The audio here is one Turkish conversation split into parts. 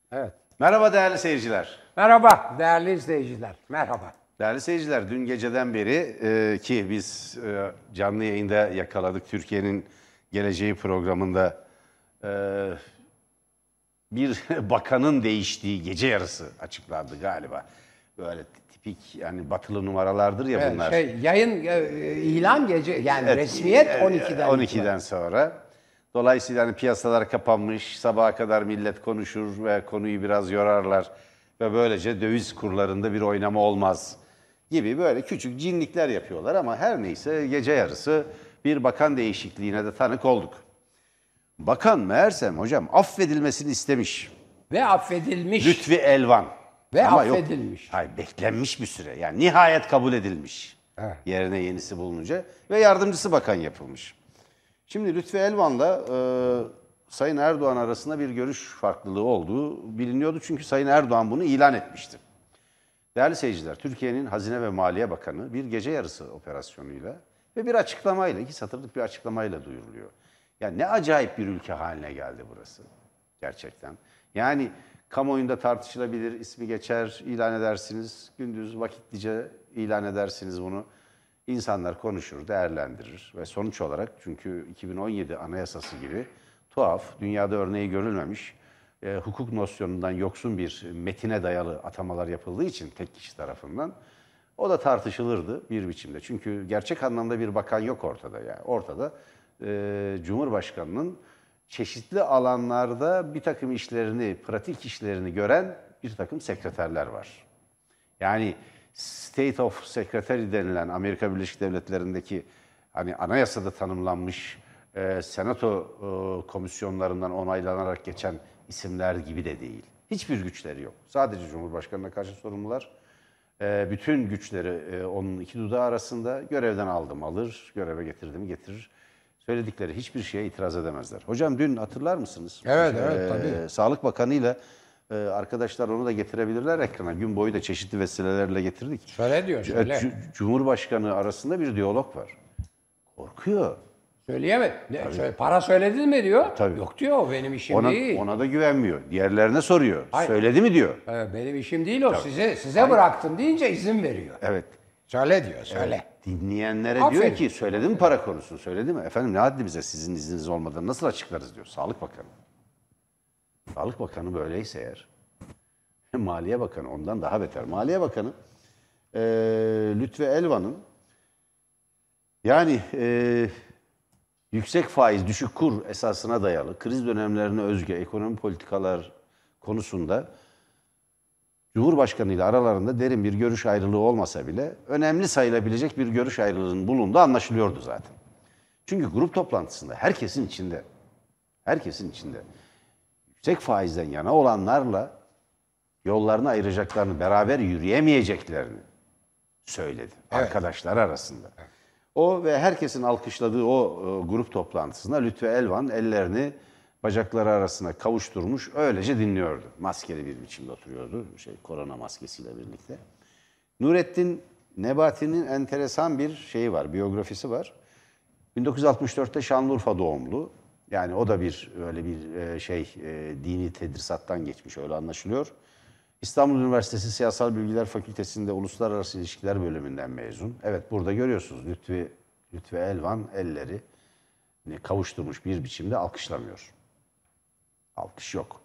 Evet. Merhaba değerli seyirciler. Merhaba değerli izleyiciler. Merhaba. Değerli seyirciler, dün geceden beri ki biz canlı yayında yakaladık Türkiye'nin Geleceği programında bir bakanın değiştiği gece yarısı açıklandı galiba. Böyle tipik yani batılı numaralardır ya bunlar. Yayın ilan gece yani resmiyet 12'den 12'den sonra. Dolayısıyla hani piyasalar kapanmış, sabaha kadar millet konuşur ve konuyu biraz yorarlar ve böylece döviz kurlarında bir oynama olmaz gibi böyle küçük cinlikler yapıyorlar ama her neyse gece yarısı bir bakan değişikliğine de tanık olduk. Bakan meğersem hocam affedilmesini istemiş. ve affedilmiş. Lütfi Elvan. Ve Ama affedilmiş. Yok, hayır, beklenmiş bir süre. Yani nihayet kabul edilmiş. Evet. Yerine yenisi bulununca ve yardımcısı bakan yapılmış. Şimdi Lütfi Elvan'la Sayın Erdoğan arasında bir görüş farklılığı olduğu biliniyordu. Çünkü Sayın Erdoğan bunu ilan etmişti. Değerli seyirciler, Türkiye'nin Hazine ve Maliye Bakanı bir gece yarısı operasyonuyla ve bir açıklamayla, 2 satırlık bir açıklamayla duyuruluyor. Yani ne acayip bir ülke haline geldi burası gerçekten. Yani kamuoyunda tartışılabilir, ismi geçer, ilan edersiniz, gündüz vakitlice ilan edersiniz bunu. İnsanlar konuşur, değerlendirir ve sonuç olarak çünkü 2017 Anayasası gibi tuhaf, dünyada örneği görülmemiş, hukuk nosyonundan yoksun bir metine dayalı atamalar yapıldığı için tek kişi tarafından o da tartışılırdı bir biçimde. Çünkü gerçek anlamda bir bakan yok ortada. Yani ortada Cumhurbaşkanı'nın çeşitli alanlarda bir takım işlerini, pratik işlerini gören bir takım sekreterler var. Yani State of Secretary denilen Amerika Birleşik Devletleri'ndeki hani anayasada tanımlanmış senato komisyonlarından onaylanarak geçen isimler gibi de değil. Hiçbir güçleri yok. Sadece Cumhurbaşkanı'na karşı sorumlular. Bütün güçleri onun iki dudağı arasında görevden aldım alır, göreve getirdim getirir. Söyledikleri hiçbir şeye itiraz edemezler. Hocam dün hatırlar mısınız? Evet, tabii. Sağlık Bakanı ile arkadaşlar onu da getirebilirler ekrana. Gün boyu da çeşitli vesilelerle getirdik. Söyle. Cumhurbaşkanı arasında bir diyalog var. Korkuyor. Söyleyemedi. Para söyledin mi diyor. Tabii. Yok diyor, o benim işim değil. Ona da güvenmiyor. Diğerlerine soruyor. Hayır. Söyledi mi diyor. Benim işim değil o. Size bıraktım deyince izin veriyor. Evet. Söyle diyor, söyle. Evet. Dinleyenlere Aferin. diyor ki söyledi mi para konusunu, söyledi mi? Efendim ne haddi bize sizin izniniz olmadan nasıl açıklarız diyor Sağlık Bakanı. Sağlık Bakanı böyleyse eğer, Maliye Bakanı ondan daha beter. Maliye Bakanı Lütfi Elvan'ın yani yüksek faiz, düşük kur esasına dayalı kriz dönemlerine özgü ekonomi politikalar konusunda Cumhurbaşkanı ile aralarında derin bir görüş ayrılığı olmasa bile önemli sayılabilecek bir görüş ayrılığının bulunduğu anlaşılıyordu zaten. Çünkü grup toplantısında herkesin içinde yüksek faizden yana olanlarla yollarını ayıracaklarını, beraber yürüyemeyeceklerini söyledi arkadaşlar arasında. Evet. O ve herkesin alkışladığı o grup toplantısında Lütfi Elvan ellerini bacakları arasına kavuşturmuş, öylece dinliyordu. Maskeli bir biçimde oturuyordu, korona maskesiyle birlikte. Nurettin Nebati'nin enteresan bir şeyi var, biyografisi var. 1964'te Şanlıurfa doğumlu. Yani o da öyle bir dini tedrisattan geçmiş, öyle anlaşılıyor. İstanbul Üniversitesi Siyasal Bilgiler Fakültesi'nde Uluslararası İlişkiler bölümünden mezun. Evet, burada görüyorsunuz Lütfi Elvan elleri kavuşturmuş bir biçimde alkışlamıyor. Alkış yok.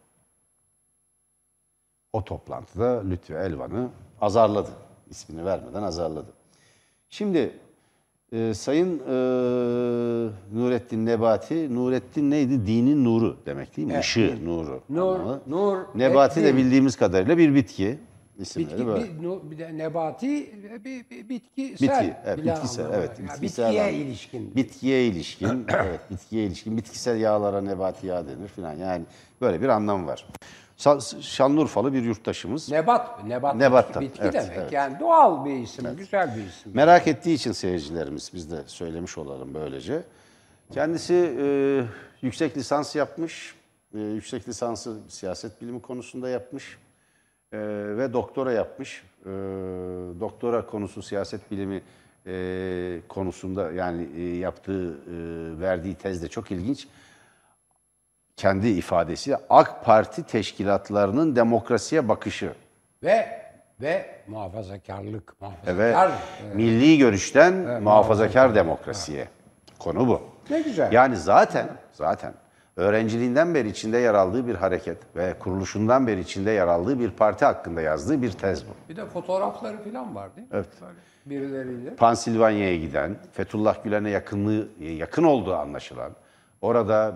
O toplantıda Lütfi Elvan'ı azarladı. İsmini vermeden azarladı. Şimdi Sayın Nurettin Nebati, Nurettin neydi? Dinin nuru demek değil mi? Evet. Işığı, nuru. Nur. Nebati de bildiğimiz kadarıyla bir bitki. Bir de nebati bitkisel. Bitkisel, evet. Bitkiye ilişkin. Bitkiye ilişkin, evet, bitkiye ilişkin. Bitkisel yağlara nebati yağ denir falan. Yani böyle bir anlam var. Şanlıurfalı bir yurttaşımız. Nebat bitki evet, demek. Evet. Yani doğal bir isim, evet. Güzel bir isim. Merak ettiği için seyircilerimiz biz de söylemiş olalım böylece. Kendisi yüksek lisans yapmış. Yüksek lisansı siyaset bilimi konusunda yapmış. Ve doktora yapmış. Doktora konusu siyaset bilimi konusunda yani verdiği tez de çok ilginç. kendi ifadesi AK Parti teşkilatlarının demokrasiye bakışı. Ve muhafazakarlık, Ve milli görüşten muhafazakar demokrasiye. Konu bu. Ne güzel. Yani zaten öğrenciliğinden beri içinde yer aldığı bir hareket ve kuruluşundan beri içinde yer aldığı bir parti hakkında yazdığı bir tez bu. Bir de fotoğrafları falan var değil mi? Evet. Böyle birileriyle. Pensilvanya'ya giden, Fethullah Gülen'e yakın olduğu anlaşılan, orada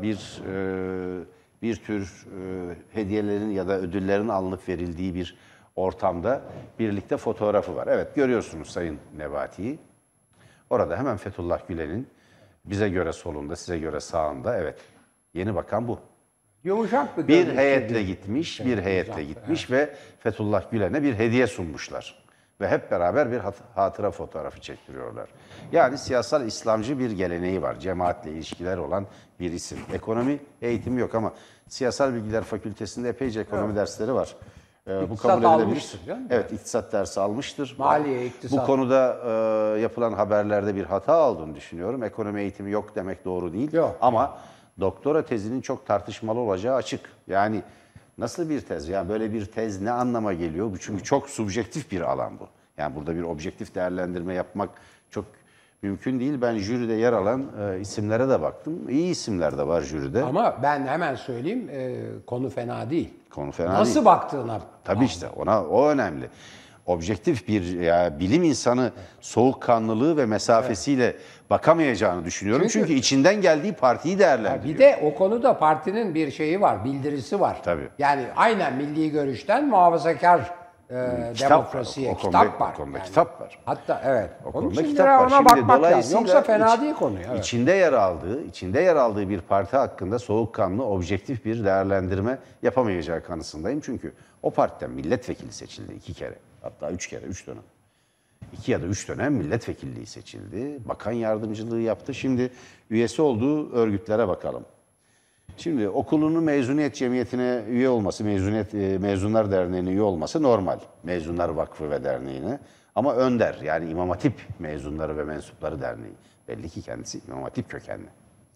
bir tür hediyelerin ya da ödüllerin alınıp verildiği bir ortamda birlikte fotoğrafı var. Evet, görüyorsunuz Sayın Nebati'yi. Orada hemen Fethullah Gülen'in bize göre solunda, size göre sağında, evet, yeni bakan bu. Yumuşak Bir heyetle gitmiş ve Fethullah Gülen'e bir hediye sunmuşlar. Ve hep beraber bir hatıra fotoğrafı çektiriyorlar. Yani siyasal İslamcı bir geleneği var. Cemaatle ilişkiler olan bir isim. Ekonomi eğitimi yok ama Siyasal Bilgiler Fakültesi'nde epeyce ekonomi dersleri var. Bu kabul edilebilir. Evet, iktisat dersi almıştır. Maliye, iktisat. Bu konuda yapılan haberlerde bir hata olduğunu düşünüyorum. Ekonomi eğitimi yok demek doğru değil. Yok. Ama doktora tezinin çok tartışmalı olacağı açık. Yani nasıl bir tez? Yani böyle bir tez ne anlama geliyor? Çünkü çok subjektif bir alan bu. Yani burada bir objektif değerlendirme yapmak çok mümkün değil. Ben jüride yer alan isimlere de baktım. İyi isimler de var jüride. Ama ben hemen söyleyeyim, konu fena değil. Konu fena Nasıl değil. baktığına. Tabii işte o önemli. Objektif bir bilim insanı soğukkanlılığı ve mesafesiyle bakamayacağını düşünüyorum. Çünkü içinden geldiği partiyi değerlendiriyor. Bir de o konuda partinin bir şeyi var, bildirisi var. Tabii. Yani aynen milli görüşten muhafazakar demokrasiye kitap var. O konuda kitap var. Hatta evet. O Onun konuda için kitap var. ona Şimdi bakmak lazım. dolayısıyla Yoksa fena değil konu. Evet. İçinde yer aldığı bir parti hakkında soğukkanlı, objektif bir değerlendirme yapamayacağı kanısındayım. Çünkü o partiden milletvekili seçildi 2 kere. Hatta 3 kere, 3 dönem. 2 ya da 3 dönem milletvekilliği seçildi. Bakan yardımcılığı yaptı. Şimdi üyesi olduğu örgütlere bakalım. Şimdi okulunun mezuniyet cemiyetine üye olması, Mezunlar Derneği'ne üye olması normal. Mezunlar Vakfı ve Derneği'ne. Ama önder, yani İmam Hatip Mezunları ve Mensupları Derneği. Belli ki kendisi İmam Hatip kökenli.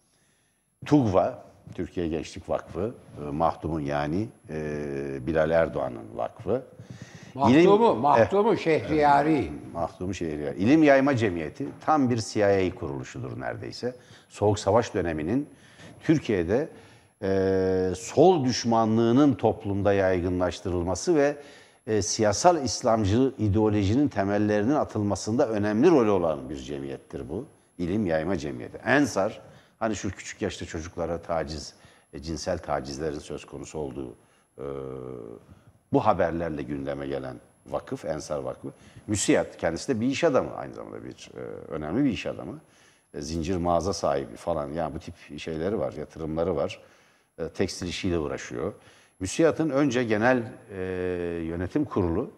TUGVA, Türkiye Gençlik Vakfı, Mahdum'un yani Bilal Erdoğan'ın vakfı. Mahdumu Şehriyari. Mahdumu Şehriyari. İlim Yayma Cemiyeti tam bir CIA kuruluşudur neredeyse. Soğuk Savaş döneminin Türkiye'de sol düşmanlığının toplumda yaygınlaştırılması ve siyasal İslamcı ideolojinin temellerinin atılmasında önemli rolü olan bir cemiyettir bu. İlim Yayma Cemiyeti. Ensar, hani şu küçük yaşta çocuklara taciz, cinsel tacizlerin söz konusu olduğu bu haberlerle gündeme gelen vakıf, Ensar Vakfı. Müsiyat, kendisi de bir iş adamı, aynı zamanda bir önemli bir iş adamı. Zincir mağaza sahibi falan, yani bu tip şeyleri var, yatırımları var. Tekstil işiyle uğraşıyor. Müsiyat'ın önce genel yönetim kurulu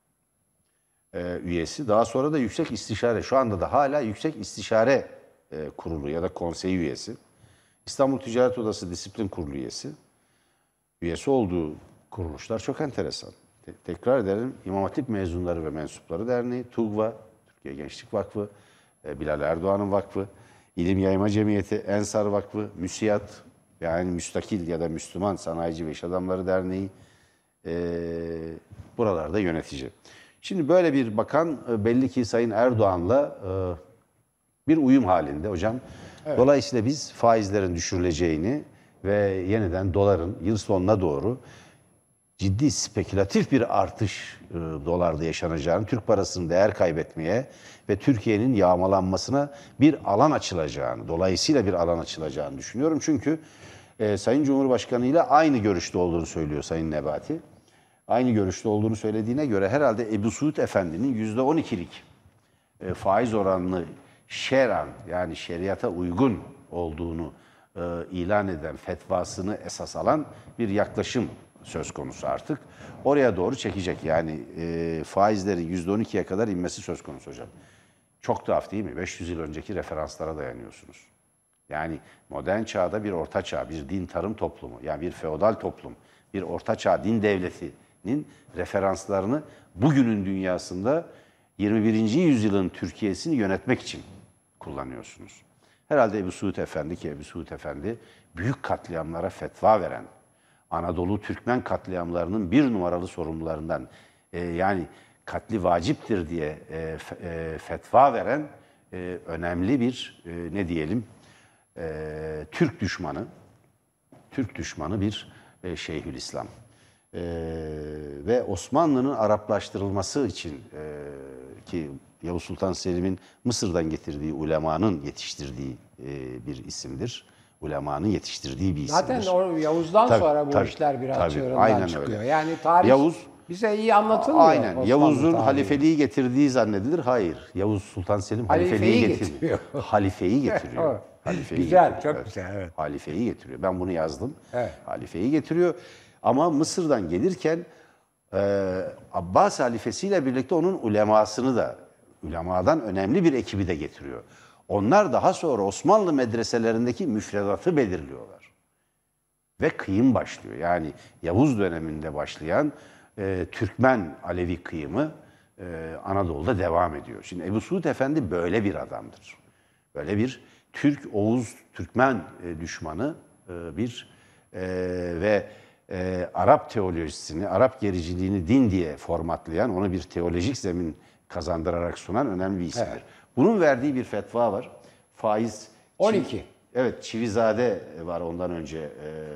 üyesi, daha sonra da yüksek istişare, şu anda da hala yüksek istişare kurulu ya da konseyi üyesi. İstanbul Ticaret Odası Disiplin Kurulu üyesi. Üyesi olduğu kuruluşlar çok enteresan. Tekrar ederim, İmam Hatip Mezunları ve Mensupları Derneği, TUGVA, Türkiye Gençlik Vakfı, Bilal Erdoğan'ın vakfı, İlim Yayma Cemiyeti, Ensar Vakfı, Müsiyat, yani Müstakil ya da Müslüman Sanayici ve İş Adamları Derneği, buralarda yönetici. Şimdi böyle bir bakan belli ki Sayın Erdoğan'la bir uyum halinde hocam. Evet. Dolayısıyla biz faizlerin düşürüleceğini ve yeniden doların yıl sonuna doğru ciddi spekülatif bir artış dolarda yaşanacağını, Türk parasının değer kaybetmeye ve Türkiye'nin yağmalanmasına bir alan açılacağını, dolayısıyla bir alan açılacağını düşünüyorum. Çünkü Sayın Cumhurbaşkanı ile aynı görüşte olduğunu söylüyor Sayın Nebati. Aynı görüşte olduğunu söylediğine göre herhalde Ebu Suud Efendi'nin %12'lik faiz oranını şer'an, yani şeriata uygun olduğunu ilan eden, fetvasını esas alan bir yaklaşım söz konusu artık. Oraya doğru çekecek. Yani faizlerin %12'ye kadar inmesi söz konusu hocam. Çok tuhaf değil mi? 500 yıl önceki referanslara dayanıyorsunuz. Yani modern çağda bir orta çağ, bir din tarım toplumu, yani bir feodal toplum, bir orta çağ din devletinin referanslarını bugünün dünyasında 21. yüzyılın Türkiye'sini yönetmek için kullanıyorsunuz. Herhalde Ebu Suud Efendi ki Ebu Suud Efendi büyük katliamlara fetva veren, Anadolu Türkmen katliamlarının bir numaralı sorumlularından, yani katli vaciptir diye fetva veren önemli bir ne diyelim Türk düşmanı bir Şeyhülislam. Ve Osmanlı'nın Araplaştırılması için ki Yavuz Sultan Selim'in Mısır'dan getirdiği ulemanın yetiştirdiği bir isimdir. Ulemanın yetiştirdiği bir isimdir. Zaten o Yavuz'dan sonra bu işler biraz çığırından çıkıyor. Öyle. Yani tarih Yavuz, bize iyi anlatılmıyor. aynen. Yavuz'un halifeliği getirdiği zannedilir. Hayır. Yavuz Sultan Selim halifeliği getiriyor. Halifeyi getiriyor. Güzel, getiriyor. çok güzel. Evet. Halifeyi getiriyor. Ben bunu yazdım. Evet. Halifeyi getiriyor. Ama Mısır'dan gelirken Abbas halifesiyle birlikte onun ulemasını da, ulemadan önemli bir ekibi de getiriyor. Onlar daha sonra Osmanlı medreselerindeki müfredatı belirliyorlar. Ve kıyım başlıyor. Yani Yavuz döneminde başlayan Türkmen Alevi kıyımı Anadolu'da devam ediyor. Şimdi Ebu Suud Efendi böyle bir adamdır. Böyle bir Türk, Oğuz, Türkmen düşmanı ve Arap teolojisini, Arap gericiliğini din diye formatlayan, ona bir teolojik zemin kazandırarak sunan önemli bir isimdir. Evet. Bunun verdiği bir fetva var. Faiz 12. Evet, Çivizade var ondan önce.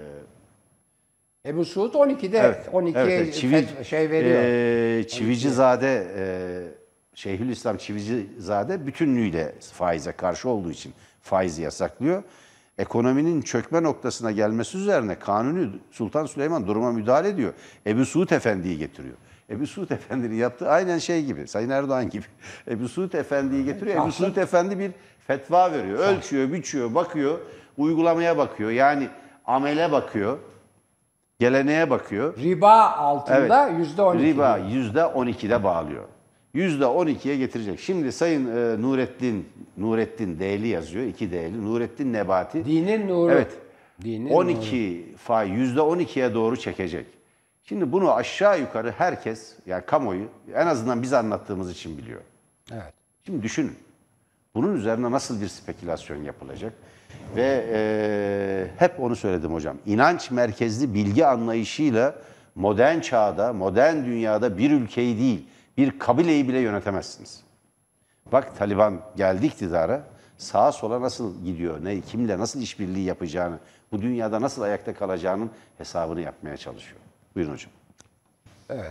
Ebu Suud 12'de evet, 12 evet, şey veriyor. Çivicizade, Şeyhülislam Çivicizade bütünlüğüyle faize karşı olduğu için faizi yasaklıyor. Ekonominin çökme noktasına gelmesi üzerine Kanuni Sultan Süleyman duruma müdahale ediyor. Ebu Suud Efendi'yi getiriyor. Ebu Suud Efendi'nin yaptığı aynen şey gibi, Sayın Erdoğan gibi. Ebu Suud Efendi'yi getiriyor. Ebu Suud Efendi bir fetva veriyor. Ölçüyor, biçiyor, bakıyor, uygulamaya bakıyor. Yani amele bakıyor, geleneğe bakıyor. Riba altında evet, %12. Riba %12'de bağlıyor. %12'ye getirecek. Şimdi Sayın Nurettin D'li yazıyor. 2 D'li. Nurettin Nebati. Dinin nuru. Evet. Dinin 12 faiz %12'ye doğru çekecek. Şimdi bunu aşağı yukarı herkes, yani kamuoyu en azından biz anlattığımız için biliyor. Evet. Şimdi düşünün. Bunun üzerine nasıl bir spekülasyon yapılacak? Ve hep onu söyledim hocam. İnanç merkezli bilgi anlayışıyla modern çağda, modern dünyada bir ülkeyi değil, bir kabileyi bile yönetemezsiniz. Bak Taliban geldi iktidara, sağa sola nasıl gidiyor, kimle nasıl işbirliği yapacağını, bu dünyada nasıl ayakta kalacağının hesabını yapmaya çalışıyor. Buyurun hocam. Evet.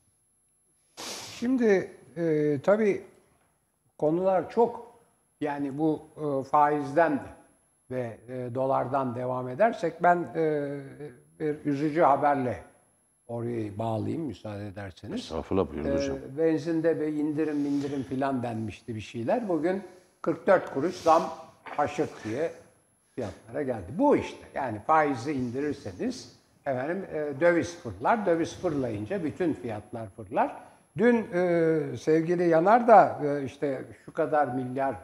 Şimdi tabii konular çok, yani bu faizden ve dolardan devam edersek ben bir üzücü haberle orayı bağlayayım müsaade ederseniz. Estağfurullah, buyurun hocam. Benzinde bir indirim filan denmişti bir şeyler. Bugün 44 kuruş zam haşırt diye fiyatlara geldi. Bu işte, yani faizi indirirseniz efendim döviz fırlar. Döviz fırlayınca bütün fiyatlar fırlar. Dün sevgili Yanar da işte şu kadar milyar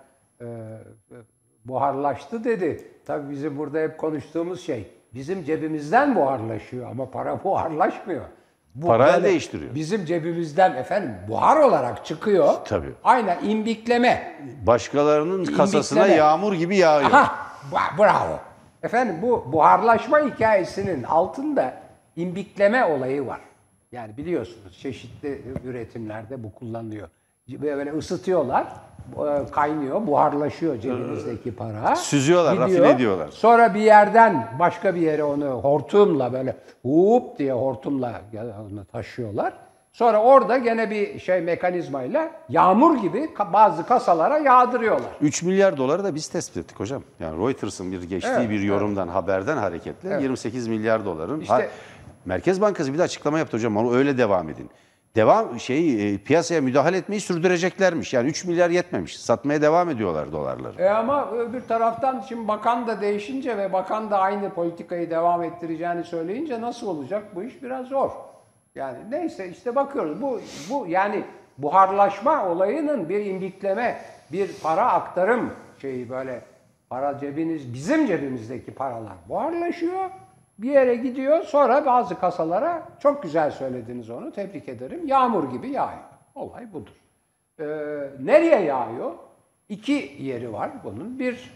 buharlaştı dedi. Tabii bizim burada hep konuştuğumuz şey, bizim cebimizden buharlaşıyor ama para buharlaşmıyor. Parayı değiştiriyor. Bizim cebimizden efendim buhar olarak çıkıyor. Tabii. Aynen imbikleme. Başkalarının kasasına yağmur gibi yağıyor. Aha, bravo. Efendim bu buharlaşma hikayesinin altında imbikleme olayı var. Yani biliyorsunuz çeşitli üretimlerde bu kullanılıyor. Böyle ısıtıyorlar, kaynıyor, buharlaşıyor cebinizdeki para. Süzüyorlar, gidiyor, rafine ediyorlar. Sonra bir yerden başka bir yere onu hortumla böyle hup diye hortumla onu taşıyorlar. Sonra orada gene bir mekanizmayla yağmur gibi bazı kasalara yağdırıyorlar. 3 milyar doları da biz tespit ettik hocam. Yani Reuters'ın geçtiği bir yorumdan, haberden hareketle 28 milyar doların. İşte, Merkez Bankası bir de açıklama yaptı hocam. Onu öyle devam edin. Piyasaya müdahale etmeyi sürdüreceklermiş. Yani 3 milyar yetmemiş. Satmaya devam ediyorlar dolarları. Ama öbür taraftan şimdi bakan da değişince ve bakan da aynı politikayı devam ettireceğini söyleyince nasıl olacak? Bu iş biraz zor. Yani neyse işte bakıyoruz. Bu yani buharlaşma olayının bir imbikleme, bir para aktarım böyle para bizim cebimizdeki paralar buharlaşıyor. Bir yere gidiyor, sonra bazı kasalara, çok güzel söylediniz onu, tebrik ederim, yağmur gibi yağıyor. Olay budur. Nereye yağıyor? 2 yeri var bunun. Bir,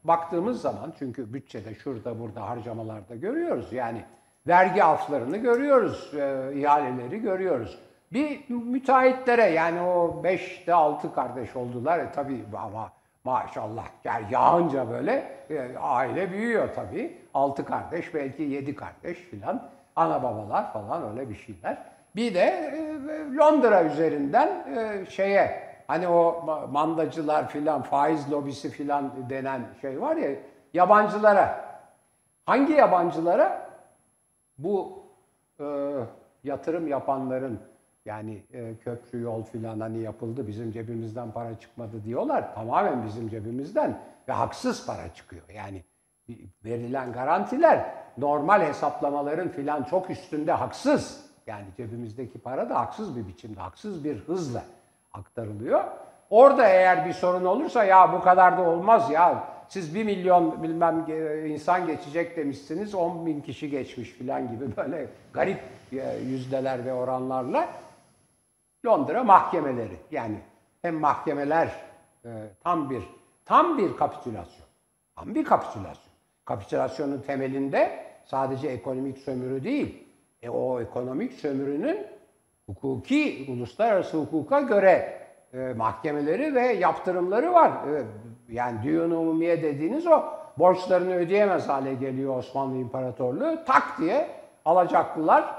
baktığımız zaman, çünkü bütçede şurada burada harcamalarda görüyoruz. Yani vergi aflarını görüyoruz, ihaleleri görüyoruz. Bir müteahhitlere, yani o 5'te 6 kardeş oldular. Tabii ama maşallah yani yağınca böyle aile büyüyor tabii. 6 kardeş, belki 7 kardeş filan. Ana babalar falan, öyle bir şeyler. Bir de Londra üzerinden hani o mandacılar filan, faiz lobisi filan denen şey var ya, yabancılara. Hangi yabancılara? Bu yatırım yapanların, yani köprü, yol filan hani yapıldı, bizim cebimizden para çıkmadı diyorlar. Tamamen bizim cebimizden ve haksız para çıkıyor. Yani verilen garantiler normal hesaplamaların filan çok üstünde, haksız. Yani cebimizdeki para da haksız bir biçimde, haksız bir hızla aktarılıyor. Orada eğer bir sorun olursa, ya bu kadar da olmaz ya, siz 1 milyon bilmem insan geçecek demişsiniz, 10 bin kişi geçmiş filan gibi böyle garip yüzdeler ve oranlarla Londra mahkemeleri, yani hem mahkemeler tam bir kapitülasyon. Tam bir kapitülasyon. Kapitülasyonun temelinde sadece ekonomik sömürü değil, o ekonomik sömürünün hukuki, uluslararası hukuka göre mahkemeleri ve yaptırımları var. Yani düğün umumiye dediğiniz o, borçlarını ödeyemez hale geliyor Osmanlı İmparatorluğu. Tak diye alacaklılar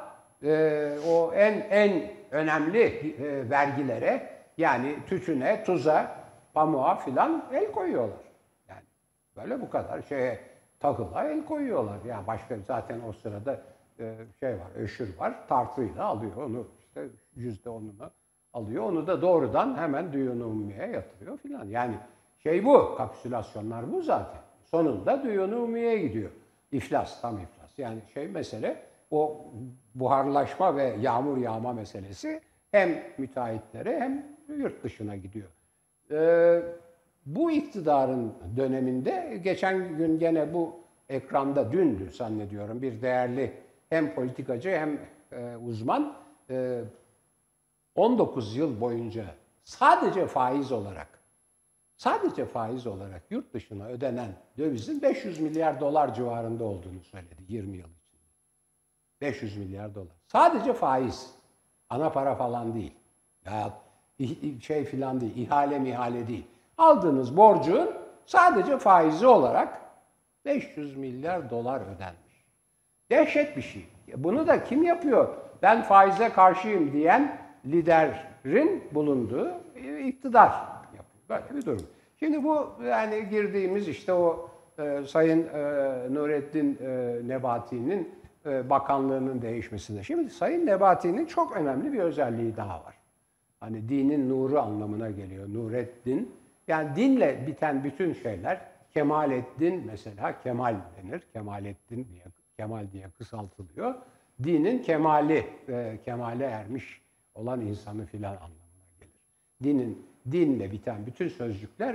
o en önemli vergilere, yani tütüne, tuza, pamuğa filan el koyuyorlar. Yani böyle bu kadar tahıla el koyuyorlar. Yani başka zaten o sırada var, öşür var, tartıyla alıyor onu, işte %10'unu alıyor. Onu da doğrudan hemen düğün umumiye yatırıyor filan. Yani bu, kapitülasyonlar bu zaten. Sonunda düğün umumiye gidiyor. İflas, tam iflas. Yani mesele o buharlaşma ve yağmur yağma meselesi hem müteahhitlere hem yurt dışına gidiyor. Bu iktidarın döneminde, geçen gün gene bu ekranda, dündü zannediyorum, bir değerli hem politikacı hem uzman 19 yıl boyunca sadece faiz olarak yurt dışına ödenen dövizin 500 milyar dolar civarında olduğunu söyledi 20 yıl içinde. 500 milyar dolar. Sadece faiz. Ana para falan değil. Ya filan değil. İhale değil. Aldığınız borcun sadece faizi olarak 500 milyar dolar ödenmiş. Dehşet bir şey. Bunu da kim yapıyor? Ben faize karşıyım diyen liderin bulunduğu iktidar yapıyor. Böyle bir durum. Şimdi bu, yani girdiğimiz işte o Sayın Nurettin Nebati'nin bakanlığının değişmesinde. Şimdi Sayın Nebati'nin çok önemli bir özelliği daha var. Hani dinin nuru anlamına geliyor. Nurettin. Yani dinle biten bütün şeyler, Kemalettin mesela, Kemal denir. Kemalettin diye, Kemal diye kısaltılıyor. Dinin kemali, kemale ermiş olan insanı filan anlamına gelir. Dinle biten bütün sözcükler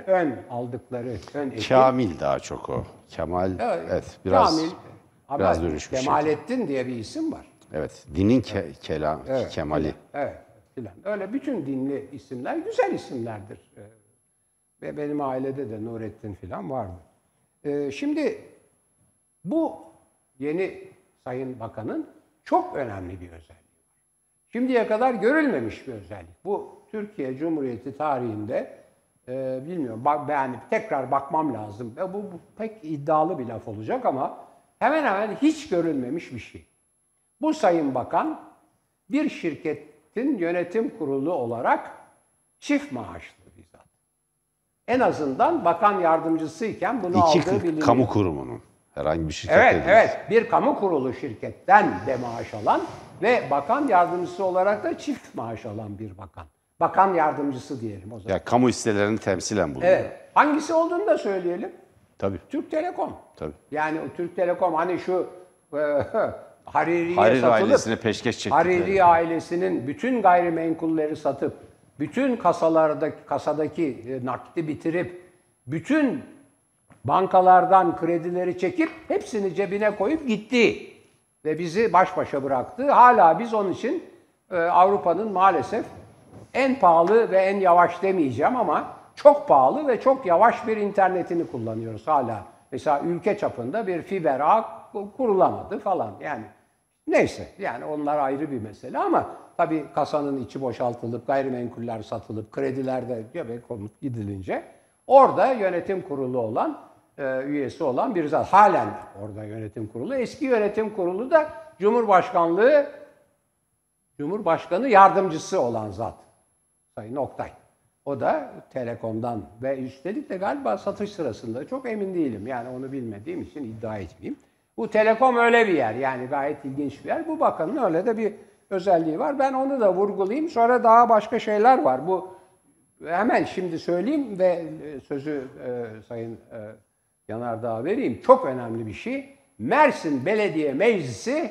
ön ekip. Kamil daha çok o. Kemal, evet biraz Kamil, biraz dönüşmüş. Kemalettin diye bir isim var. Evet, dinin kemali. Evet, filan. Öyle bütün dinli isimler güzel isimlerdir. Ve benim ailede de Nurettin filan vardı. Şimdi bu yeni Sayın Bakan'ın çok önemli bir özelliği var. Şimdiye kadar görülmemiş bir özellik. Bu Türkiye Cumhuriyeti tarihinde bilmiyorum, yani tekrar bakmam lazım. Bu pek iddialı bir laf olacak ama hemen hemen hiç görülmemiş bir şey. Bu Sayın Bakan bir şirketin yönetim kurulu olarak çift maaşlı bizzat. En azından bakan yardımcısıyken bunu aldığı biliniyor. Kamu kurumunun, herhangi bir şirket Evet, değil. evet. Bir kamu kurulu şirketten de maaş alan ve bakan yardımcısı olarak da çift maaş alan bir bakan. Bakan yardımcısı diyelim o zaman. Ya kamu hisselerini temsilen bulunuyor. Evet. Hangisi olduğunu da söyleyelim. Tabii. Türk Telekom. Tabii. Yani o Türk Telekom hani şu Hariri'ye Hariri satılıp, ailesine peşkeş çektikleri. Hariri ailesinin bütün gayrimenkulleri satıp, bütün kasadaki nakdi bitirip, bütün bankalardan kredileri çekip hepsini cebine koyup gitti. Ve bizi baş başa bıraktı. Hala biz onun için Avrupa'nın maalesef en pahalı ve en yavaş demeyeceğim ama çok pahalı ve çok yavaş bir internetini kullanıyoruz hala. Mesela ülke çapında bir fiber ağ kurulamadı falan. Yani neyse, yani onlar ayrı bir mesele ama tabii kasanın içi boşaltılıp gayrimenkuller satılıp krediler de göbek konup gidilince orada yönetim kurulu olan üyesi olan bir zat. Halen orada yönetim kurulu. Eski yönetim kurulu da Cumhurbaşkanı yardımcısı olan zat. Sayın Oktay. O da Telekom'dan ve üstelik de galiba satış sırasında, çok emin değilim. Yani onu bilmediğim için iddia etmeyeyim. Bu Telekom öyle bir yer. Yani gayet ilginç bir yer. Bu bakanın öyle de bir özelliği var. Ben onu da vurgulayayım. Sonra daha başka şeyler var. Bu hemen şimdi söyleyeyim ve sözü Sayın Yanardağ'a vereyim. Çok önemli bir şey. Mersin Belediye Meclisi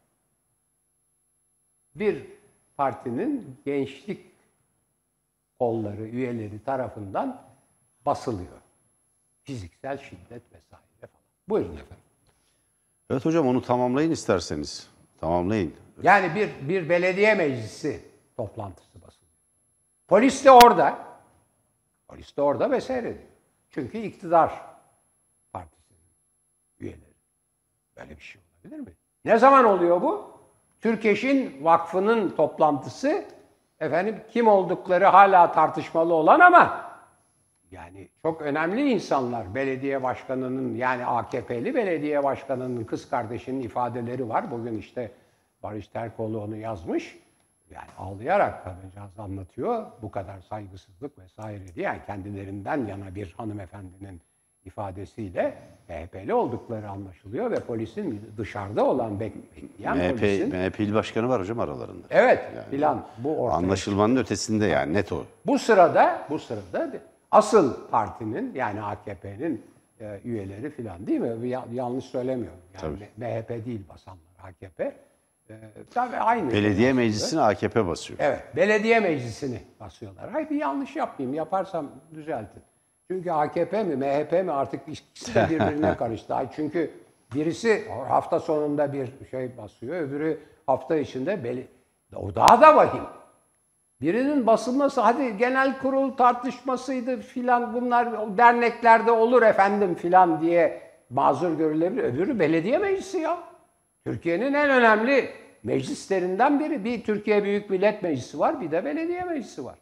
bir partinin gençlik kolları, üyeleri tarafından basılıyor. Fiziksel şiddet vesaire falan. Buyurun efendim. Evet hocam, onu tamamlayın isterseniz. Tamamlayın. Yani bir belediye meclisi toplantısı basılıyor. Polis de orada. Polis de orada ve seyrediyor. Çünkü iktidar partisinin üyeleri. Böyle bir şey olabilir mi? Ne zaman oluyor bu? Türkeş'in Vakfı'nın toplantısı, efendim kim oldukları hala tartışmalı olan ama yani çok önemli insanlar. Belediye başkanının, yani AKP'li belediye başkanının kız kardeşinin ifadeleri var. Bugün işte Barış Terkoğlu onu yazmış. Yani ağlayarak kadıncağız anlatıyor. Bu kadar saygısızlık vesaire diye. Yani kendilerinden yana bir hanımefendinin ifadesiyle MHP'li oldukları anlaşılıyor ve polisin dışarıda olan bekleyen polisin... MHP il başkanı var hocam aralarında. Evet, yani filan. Bu ortaya anlaşılmanın ötesinde, yani net o. Bu sırada asıl partinin, yani AKP'nin üyeleri filan, değil mi? Yanlış söylemiyorum. Yani MHP değil basanlar, AKP. Tabii aynı. Belediye meclisini AKP basıyor. Evet, belediye meclisini basıyorlar. Hayır, bir yanlış yapmayayım. Yaparsam düzeltin. Çünkü AKP mi, MHP mi, artık ikisi de birbirine karıştı. Çünkü birisi hafta sonunda bir şey basıyor, öbürü hafta içinde o daha da vahim. Birinin basılması, hadi genel kurul tartışmasıydı filan, bunlar derneklerde olur efendim filan diye mazur görülebilir. Öbürü belediye meclisi ya. Türkiye'nin en önemli meclislerinden biri. Bir Türkiye Büyük Millet Meclisi var, bir de belediye meclisi var.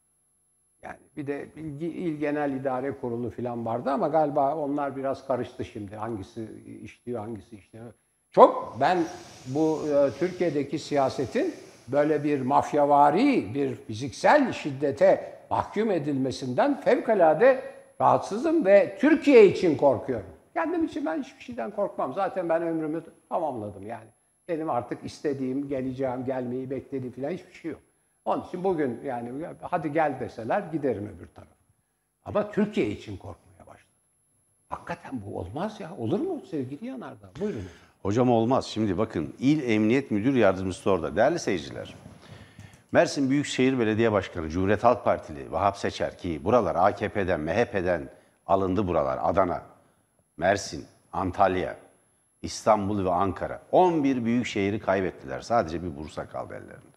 Yani bir de İl Genel İdare Kurulu filan vardı ama galiba onlar biraz karıştı şimdi. Hangisi işliyor, hangisi işlemiyor. Ben bu Türkiye'deki siyasetin böyle bir mafyavari, bir fiziksel şiddete mahkum edilmesinden fevkalade rahatsızım ve Türkiye için korkuyorum. Kendim için ben hiçbir şeyden korkmam. Zaten ben ömrümü tamamladım yani. Benim artık istediğim, geleceğim, gelmeyi beklediğim falan hiçbir şey yok. Onun için bugün yani hadi gel deseler giderim öbür tarafa. Ama Türkiye için korkmaya başladım. Hakikaten bu olmaz ya. Olur mu sevgili Yanardağ? Buyurun. Hocam olmaz. Şimdi bakın, İl Emniyet Müdür Yardımcısı orada. Değerli seyirciler, Mersin Büyükşehir Belediye Başkanı Cumhuriyet Halk Partili Vahap Seçer, ki buralar AKP'den, MHP'den alındı buralar. Adana, Mersin, Antalya, İstanbul ve Ankara. 11 büyük şehri kaybettiler. Sadece bir Bursa kaldı ellerinde.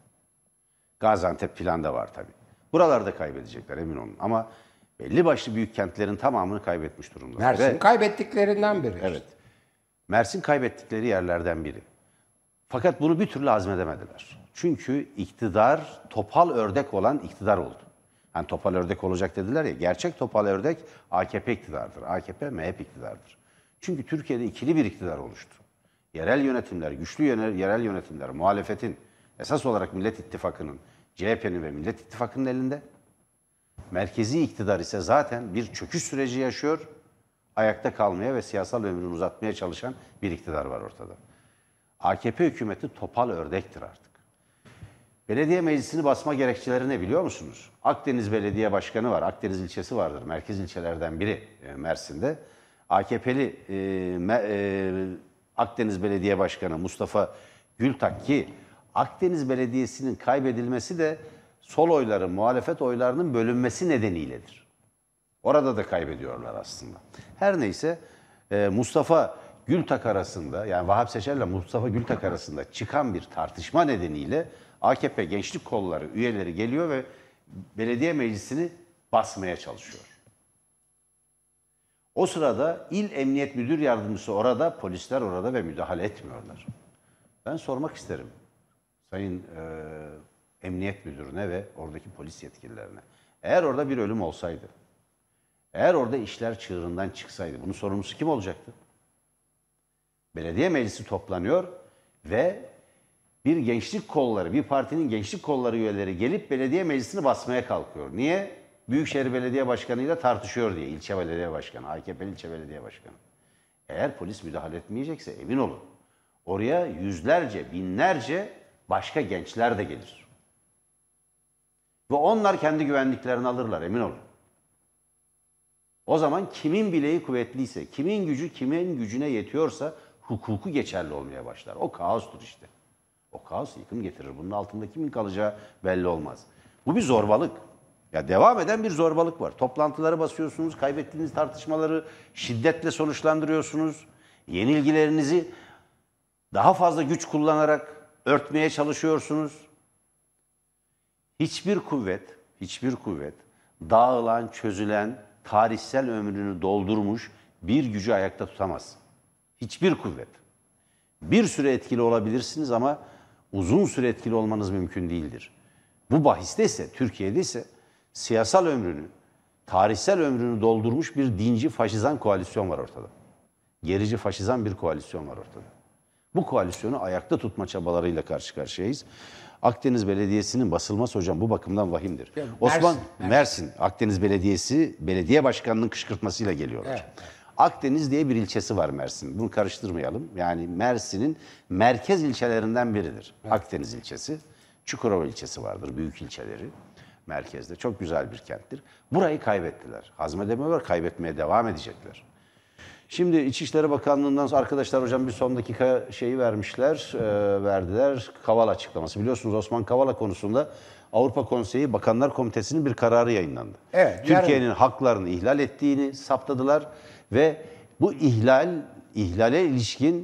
Gaziantep filan da var tabii. Buralarda kaybedecekler, emin olun. Ama belli başlı büyük kentlerin tamamını kaybetmiş durumda. Mersin kaybettiklerinden biri. Evet. Mersin kaybettikleri yerlerden biri. Fakat bunu bir türlü hazmedemediler. Çünkü iktidar topal ördek olan iktidar oldu. Hani topal ördek olacak dediler ya, gerçek topal ördek AKP iktidardır. AKP, MHP iktidardır. Çünkü Türkiye'de ikili bir iktidar oluştu. Yerel yönetimler, güçlü yerel yönetimler, muhalefetin, esas olarak Millet İttifakı'nın, CHP'nin ve Millet İttifakı'nın elinde. Merkezi iktidar ise zaten bir çöküş süreci yaşıyor, ayakta kalmaya ve siyasal ömrünü uzatmaya çalışan bir iktidar var ortada. AKP hükümeti topal ördektir artık. Belediye meclisini basma gerekçeleri ne biliyor musunuz? Akdeniz Belediye Başkanı var, Akdeniz ilçesi vardır, merkez ilçelerden biri Mersin'de. AKP'li Akdeniz Belediye Başkanı Mustafa Gültak, ki Akdeniz Belediyesi'nin kaybedilmesi de sol oyların, muhalefet oylarının bölünmesi nedeniyledir. Orada da kaybediyorlar aslında. Her neyse, Mustafa Gültak arasında, yani Vahap Seçer'le Mustafa Gültak arasında çıkan bir tartışma nedeniyle AKP gençlik kolları üyeleri geliyor ve belediye meclisini basmaya çalışıyor. O sırada İl Emniyet Müdür Yardımcısı orada, polisler orada ve müdahale etmiyorlar. Ben sormak isterim Sayın Emniyet Müdürüne ve oradaki polis yetkililerine. Eğer orada bir ölüm olsaydı, eğer orada işler çığırından çıksaydı, bunun sorumlusu kim olacaktı? Belediye meclisi toplanıyor ve bir gençlik kolları, bir partinin gençlik kolları üyeleri gelip belediye meclisini basmaya kalkıyor. Niye? Büyükşehir Belediye Başkanı ile tartışıyor diye. İlçe belediye başkanı, AKP'li ilçe belediye başkanı. Eğer polis müdahale etmeyecekse emin olun. Oraya yüzlerce, binlerce başka gençler de gelir. Ve onlar kendi güvenliklerini alırlar, emin olun. O zaman kimin bileği kuvvetliyse, kimin gücü kimin gücüne yetiyorsa hukuku geçerli olmaya başlar. O kaostur işte. O kaos yıkım getirir. Bunun altında kimin kalacağı belli olmaz. Bu bir zorbalık. Ya devam eden bir zorbalık var. Toplantıları basıyorsunuz, kaybettiğiniz tartışmaları şiddetle sonuçlandırıyorsunuz. Yenilgilerinizi daha fazla güç kullanarak örtmeye çalışıyorsunuz. Hiçbir kuvvet dağılan, çözülen, tarihsel ömrünü doldurmuş bir gücü ayakta tutamaz. Hiçbir kuvvet. Bir süre etkili olabilirsiniz ama uzun süre etkili olmanız mümkün değildir. Bu bahiste ise, Türkiye'de ise siyasal ömrünü, tarihsel ömrünü doldurmuş bir dinci faşizan koalisyon var ortada. Gerici faşizan bir koalisyon var ortada. Bu koalisyonu ayakta tutma çabalarıyla karşı karşıyayız. Akdeniz Belediyesi'nin basılması hocam bu bakımdan vahimdir. Mersin Akdeniz Belediyesi belediye başkanının kışkırtmasıyla geliyorlar. Evet. Akdeniz diye bir ilçesi var Mersin. Bunu karıştırmayalım. Yani Mersin'in merkez ilçelerinden biridir. Evet. Akdeniz ilçesi. Çukurova ilçesi vardır. Büyük ilçeleri merkezde. Çok güzel bir kenttir. Burayı kaybettiler. Hazmedemiyorlar, kaybetmeye devam edecekler. Şimdi İçişleri Bakanlığı'ndan arkadaşlar hocam bir son dakika şeyi verdiler. Kavala açıklaması. Biliyorsunuz Osman Kavala konusunda Avrupa Konseyi Bakanlar Komitesi'nin bir kararı yayınlandı. Evet, Türkiye'nin haklarını ihlal ettiğini saptadılar ve bu ihlale ilişkin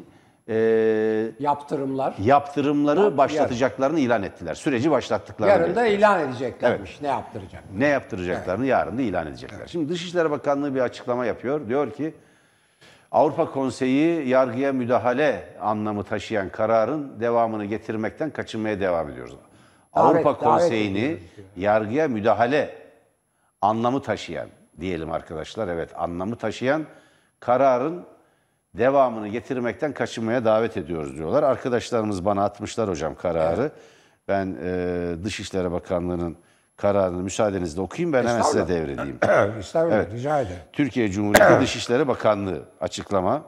yaptırımları başlatacaklarını ilan ettiler. Süreci başlattıklarını. Yarın da ilan edeceklermiş. Evet. Ne yaptıracaklarını yarın da ilan edecekler. Evet. Şimdi Dışişleri Bakanlığı bir açıklama yapıyor. Diyor ki Avrupa Konseyi yargıya müdahale anlamı taşıyan kararın devamını getirmekten kaçınmaya devam ediyoruz. Avrupa Konseyi'ni yargıya müdahale anlamı taşıyan diyelim arkadaşlar. Evet, anlamı taşıyan kararın devamını getirmekten kaçınmaya davet ediyoruz diyorlar. Arkadaşlarımız bana atmışlar hocam kararı. Evet. Ben Dışişleri Bakanlığı'nın kararını müsaadenizle okuyayım, ben hemen size devredeyim. Estağfurullah, evet. Rica ederim. Türkiye Cumhuriyeti Dışişleri Bakanlığı açıklama.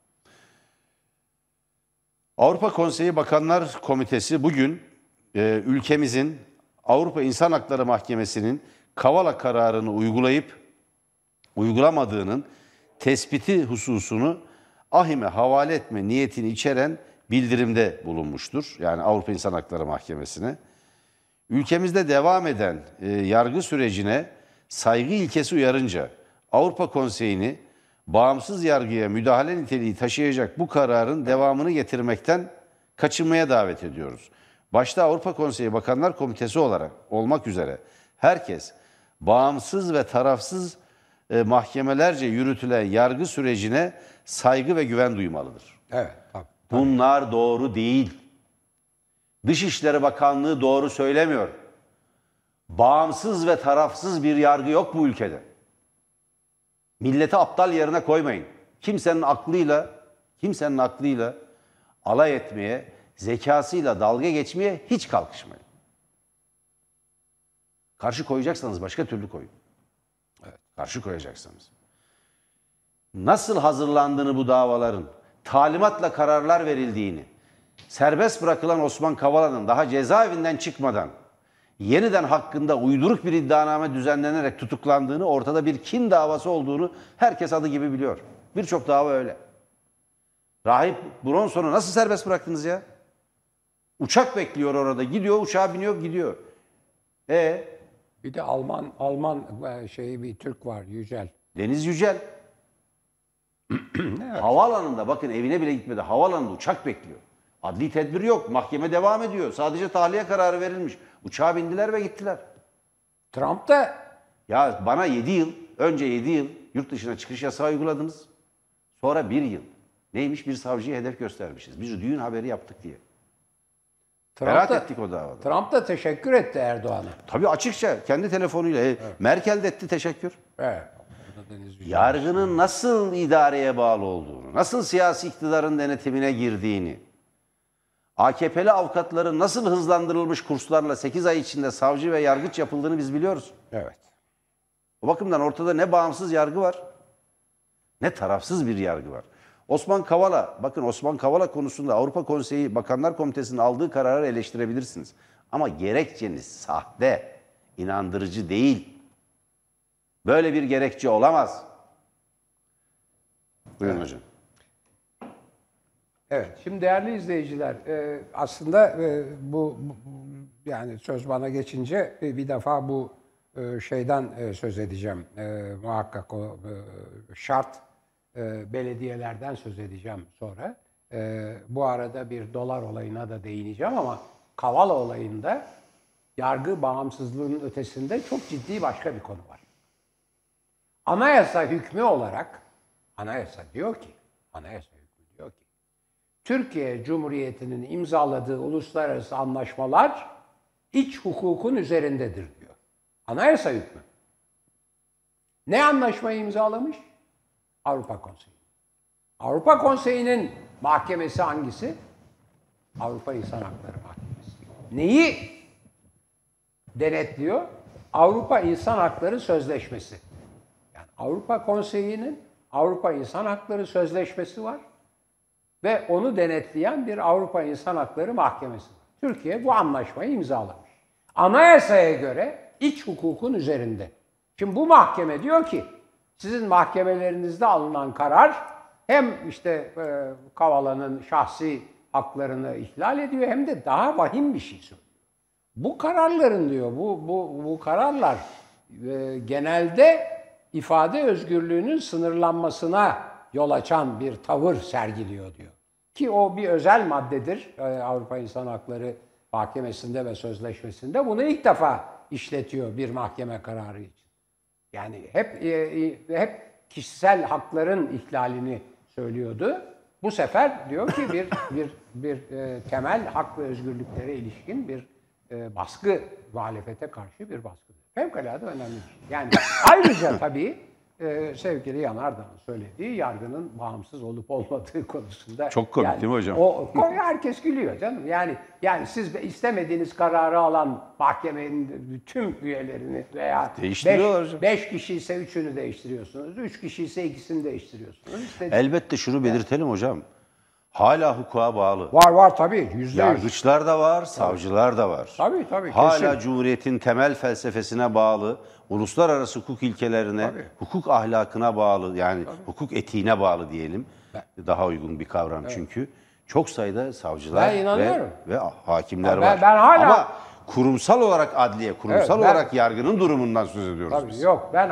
Avrupa Konseyi Bakanlar Komitesi bugün ülkemizin Avrupa İnsan Hakları Mahkemesi'nin Kavala kararını uygulayıp uygulamadığının tespiti hususunu AİHM'e havale etme niyetini içeren bildirimde bulunmuştur. Yani Avrupa İnsan Hakları Mahkemesi'ne. Ülkemizde devam eden yargı sürecine saygı ilkesi uyarınca Avrupa Konseyi'ni bağımsız yargıya müdahale niteliği taşıyacak bu kararın devamını getirmekten kaçınmaya davet ediyoruz. Başta Avrupa Konseyi Bakanlar Komitesi olarak olmak üzere herkes bağımsız ve tarafsız mahkemelerce yürütülen yargı sürecine saygı ve güven duymalıdır. Evet. Tabii. Bunlar doğru değil. Dışişleri Bakanlığı doğru söylemiyor. Bağımsız ve tarafsız bir yargı yok bu ülkede. Milleti aptal yerine koymayın. Kimsenin aklıyla alay etmeye, zekasıyla dalga geçmeye hiç kalkışmayın. Karşı koyacaksanız başka türlü koyun. Evet, karşı koyacaksanız. Nasıl hazırlandığını bu davaların, talimatla kararlar verildiğini, serbest bırakılan Osman Kavala'nın daha cezaevinden çıkmadan yeniden hakkında uyduruk bir iddianame düzenlenerek tutuklandığını, ortada bir kin davası olduğunu herkes adı gibi biliyor. Birçok dava öyle. Rahip Bronson'u nasıl serbest bıraktınız ya? Uçak bekliyor orada. Gidiyor, uçağa biniyor, gidiyor. Bir de Alman bir Türk var, Yücel. Deniz Yücel. Havaalanında, bakın evine bile gitmedi. Havaalanında uçak bekliyor. Adli tedbir yok. Mahkeme devam ediyor. Sadece tahliye kararı verilmiş. Uçağa bindiler ve gittiler. Trump da Ya bana 7 yıl, önce 7 yıl yurt dışına çıkış yasağı uyguladınız. Sonra 1 yıl. Neymiş? Bir savcıya hedef göstermişiz. Bir düğün haberi yaptık diye. Beraat ettik o davada. Trump da teşekkür etti Erdoğan'a. Tabii açıkça kendi telefonuyla. Merkel de etti teşekkür. Evet. Yargının nasıl idareye bağlı olduğunu, nasıl siyasi iktidarın denetimine girdiğini, AKP'li avukatların nasıl hızlandırılmış kurslarla 8 ay içinde savcı ve yargıç yapıldığını biz biliyoruz. Evet. O bakımdan ortada ne bağımsız yargı var, ne tarafsız bir yargı var. Osman Kavala, bakın Osman Kavala konusunda Avrupa Konseyi Bakanlar Komitesi'nin aldığı kararı eleştirebilirsiniz. Ama gerekçeniz sahte, inandırıcı değil. Böyle bir gerekçe olamaz. Buyurun hocam. Evet, şimdi değerli izleyiciler, aslında yani söz bana geçince bir defa bu şeyden söz edeceğim. Muhakkak o şart belediyelerden söz edeceğim sonra. Bu arada bir dolar olayına da değineceğim ama Kavala olayında yargı bağımsızlığının ötesinde çok ciddi başka bir konu var. Anayasa hükmü olarak, anayasa hükmü diyor ki, Türkiye Cumhuriyeti'nin imzaladığı uluslararası anlaşmalar iç hukukun üzerindedir diyor. Anayasa hükmü. Ne anlaşmayı imzalamış? Avrupa Konseyi. Avrupa Konseyi'nin mahkemesi hangisi? Avrupa İnsan Hakları Mahkemesi. Neyi denetliyor? Avrupa İnsan Hakları Sözleşmesi. Yani Avrupa Konseyi'nin Avrupa İnsan Hakları Sözleşmesi var ve onu denetleyen bir Avrupa İnsan Hakları Mahkemesi var. Türkiye bu anlaşmayı imzalamış. Anayasaya göre iç hukukun üzerinde. Şimdi bu mahkeme diyor ki, sizin mahkemelerinizde alınan karar hem işte Kavala'nın şahsi haklarını ihlal ediyor hem de daha vahim bir şey söylüyor. Bu kararların diyor, bu kararlar genelde ifade özgürlüğünün sınırlanmasına yol açan bir tavır sergiliyor diyor. Ki o bir özel maddedir Avrupa İnsan Hakları Mahkemesi'nde ve sözleşmesinde. Bunu ilk defa işletiyor bir mahkeme kararı için. Yani hep kişisel hakların ihlalini söylüyordu. Bu sefer diyor ki bir temel hak ve özgürlüklere ilişkin bir baskı, muhalefete karşı bir baskıdır. Fevkalade önemli bir şey. Yani ayrıca tabii sevgili Yanardağ'ın söylediği yargının bağımsız olup olmadığı konusunda. Çok komik yani, değil mi hocam? Herkes gülüyor canım. Yani siz istemediğiniz kararı alan mahkemenin tüm üyelerini veya değiştiriyorlar hocam. 5 kişi ise 3'ünü değiştiriyorsunuz. 3 kişi ise 2'sini değiştiriyorsunuz. Elbette şunu belirtelim hocam. Hala hukuka bağlı. Var tabii. %100. Yargıçlar da var, savcılar da var. Tabii. Hala kesin. Cumhuriyet'in temel felsefesine bağlı, uluslararası hukuk ilkelerine, hukuk ahlakına bağlı, yani hukuk etiğine bağlı diyelim. Daha uygun bir kavram çünkü. Çok sayıda savcılar ve hakimler var. Ben hala, ama kurumsal olarak adliye, kurumsal olarak yargının durumundan söz ediyoruz tabii biz. yok. Ben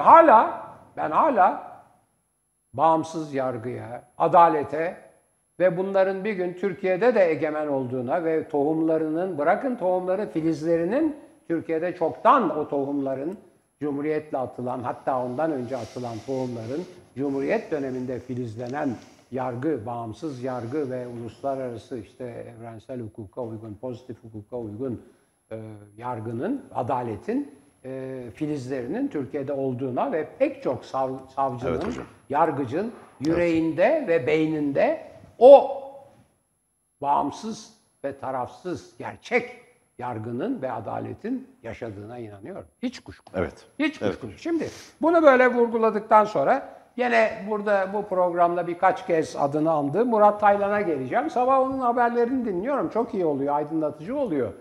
hala bağımsız yargıya, adalete ve bunların bir gün Türkiye'de de egemen olduğuna ve tohumlarının, bırakın tohumları, filizlerinin Türkiye'de çoktan o tohumların Cumhuriyet'le atılan, hatta ondan önce atılan tohumların Cumhuriyet döneminde filizlenen yargı, bağımsız yargı ve uluslararası işte evrensel hukuka uygun, pozitif hukuka uygun yargının, adaletin filizlerinin Türkiye'de olduğuna ve pek çok savcının, yargıcın yüreğinde ve beyninde o bağımsız ve tarafsız gerçek yargının ve adaletin yaşadığına inanıyorum. Hiç kuşku. Evet. Hiç kuşku. Evet. Şimdi bunu böyle vurguladıktan sonra yine burada bu programda birkaç kez adını andığım Murat Taylan'a geleceğim. Sabah onun haberlerini dinliyorum. Çok iyi oluyor, aydınlatıcı oluyor.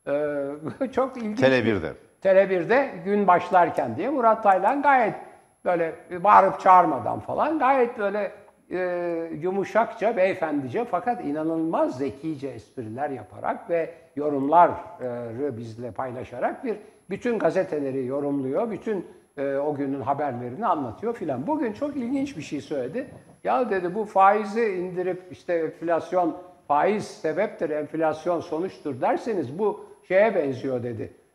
Çok ilginç. Tele1'de gün başlarken diye Murat Taylan gayet böyle bağırıp çağırmadan falan gayet böyle yumuşakça, beyefendice fakat inanılmaz zekice espriler yaparak ve yorumları bizle paylaşarak bütün gazeteleri yorumluyor, bütün o günün haberlerini anlatıyor filan. Bugün çok ilginç bir şey söyledi. Ya dedi, bu faizi indirip işte enflasyon, faiz sebeptir, enflasyon sonuçtur derseniz bu şeye benziyor dedi.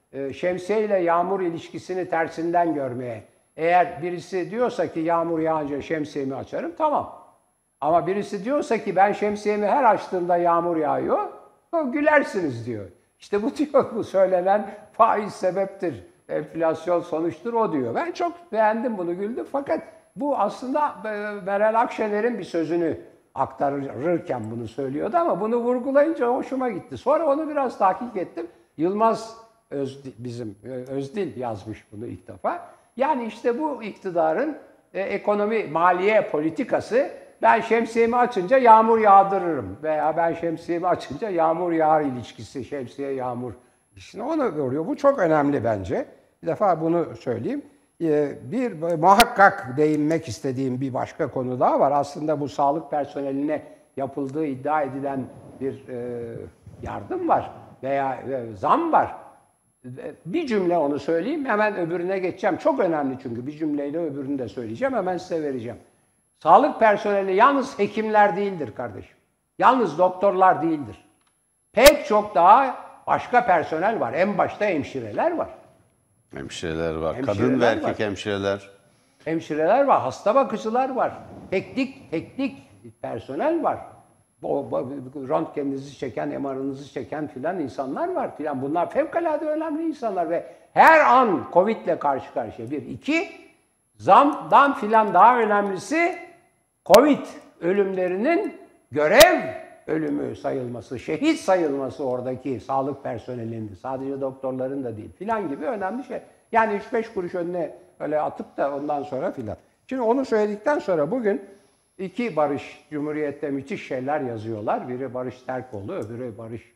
şemsiye ile yağmur ilişkisini tersinden görmeye. Eğer birisi diyorsa ki yağmur yağınca şemsiyemi açarım, tamam. Ama birisi diyorsa ki ben şemsiyemi her açtığımda yağmur yağıyor, gülersiniz diyor. İşte bu diyor, bu söylenen faiz sebeptir, enflasyon sonuçtur o diyor. Ben çok beğendim bunu, güldüm. Fakat bu aslında Meral Akşener'in bir sözünü aktarırken bunu söylüyordu ama bunu vurgulayınca hoşuma gitti. Sonra onu biraz tahkik ettim. Yılmaz Özdil yazmış bunu ilk defa. Yani işte bu iktidarın ekonomi, maliye politikası, ben şemsiyemi açınca yağmur yağdırırım veya ben şemsiyemi açınca yağmur yağar ilişkisi, şemsiye yağmur ilişkisini onu görüyor. Bu çok önemli bence. Bir defa bunu söyleyeyim. Bir muhakkak değinmek istediğim bir başka konu daha var. Aslında bu sağlık personeline yapıldığı iddia edilen bir yardım var veya zam var. Bir cümle onu söyleyeyim, hemen öbürüne geçeceğim. Çok önemli çünkü bir cümleyle öbürünü de söyleyeceğim, hemen size vereceğim. Sağlık personeli yalnız hekimler değildir kardeşim. Yalnız doktorlar değildir. Pek çok daha başka personel var. En başta hemşireler var. Hemşireler var. Kadın ve erkek hemşireler. Hemşireler var. Hasta bakıcılar var. Teknik personel var. Röntgeninizi çeken, MR'ınızı çeken filan insanlar var filan. Bunlar fevkalade önemli insanlar ve her an Covid'le karşı karşıya. Bir, iki, zamdan filan daha önemlisi Covid ölümlerinin görev ölümü sayılması, şehit sayılması oradaki sağlık personelinin, sadece doktorların da değil filan gibi önemli şey. Yani 3-5 kuruş önüne öyle atıp da ondan sonra filan. Şimdi onu söyledikten sonra bugün iki Barış Cumhuriyet'te müthiş şeyler yazıyorlar. Biri Barış Terkoğlu, öbürü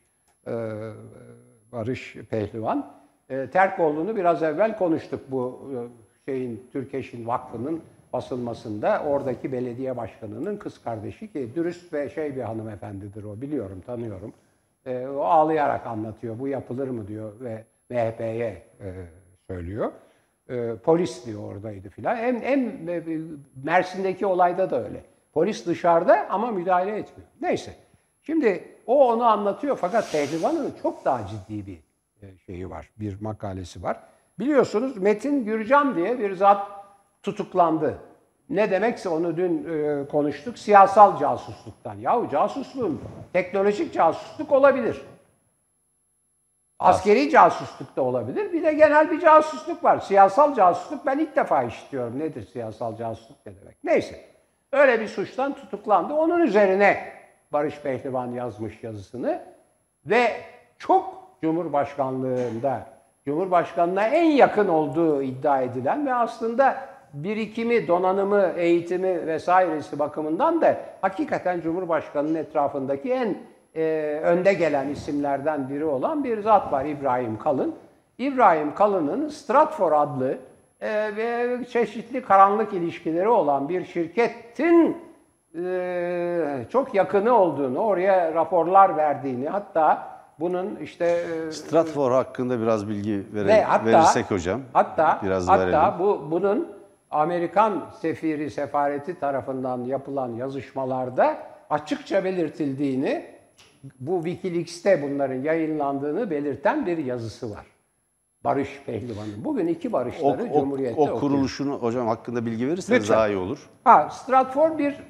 Barış Pehlivan. Terkoğlu'nu biraz evvel konuştuk bu Türkeş'in Vakfı'nın basılmasında. Oradaki belediye başkanının kız kardeşi ki dürüst ve bir hanımefendidir o, biliyorum, tanıyorum. O ağlayarak anlatıyor, bu yapılır mı diyor ve MHP'ye söylüyor. Polis diyor oradaydı filan. Mersin'deki olayda da öyle. Polis dışarıda ama müdahale etmiyor. Neyse. Şimdi o onu anlatıyor fakat Pehlivan'ın çok daha ciddi bir şeyi var. Bir makalesi var. Biliyorsunuz Metin Gürcan diye bir zat tutuklandı. Ne demekse onu dün konuştuk. Siyasal casusluktan. Yahu casusluğun teknolojik casusluk olabilir. Askeri casusluk da olabilir. Bir de genel bir casusluk var. Siyasal casusluk ben ilk defa işitiyorum. Nedir siyasal casusluk ne demek? Neyse. Öyle bir suçtan tutuklandı. Onun üzerine Barış Pehlivan yazmış yazısını ve çok Cumhurbaşkanlığına en yakın olduğu iddia edilen ve aslında birikimi, donanımı, eğitimi vesairesi bakımından da hakikaten Cumhurbaşkanı'nın etrafındaki en önde gelen isimlerden biri olan bir zat var, İbrahim Kalın. İbrahim Kalın'ın Stratfor adlı ve çeşitli karanlık ilişkileri olan bir şirketin çok yakını olduğunu, oraya raporlar verdiğini, hatta bunun işte Stratfor hakkında biraz bilgi verirsek hocam. Hatta bunun Amerikan sefareti tarafından yapılan yazışmalarda açıkça belirtildiğini, bu WikiLeaks'te bunların yayınlandığını belirten bir yazısı var. Barış Pehlivan'ın. Bugün iki Barışları Cumhuriyet'te o kuruluşunu hocam hakkında bilgi verirseniz lütfen. Daha iyi olur. Stratfor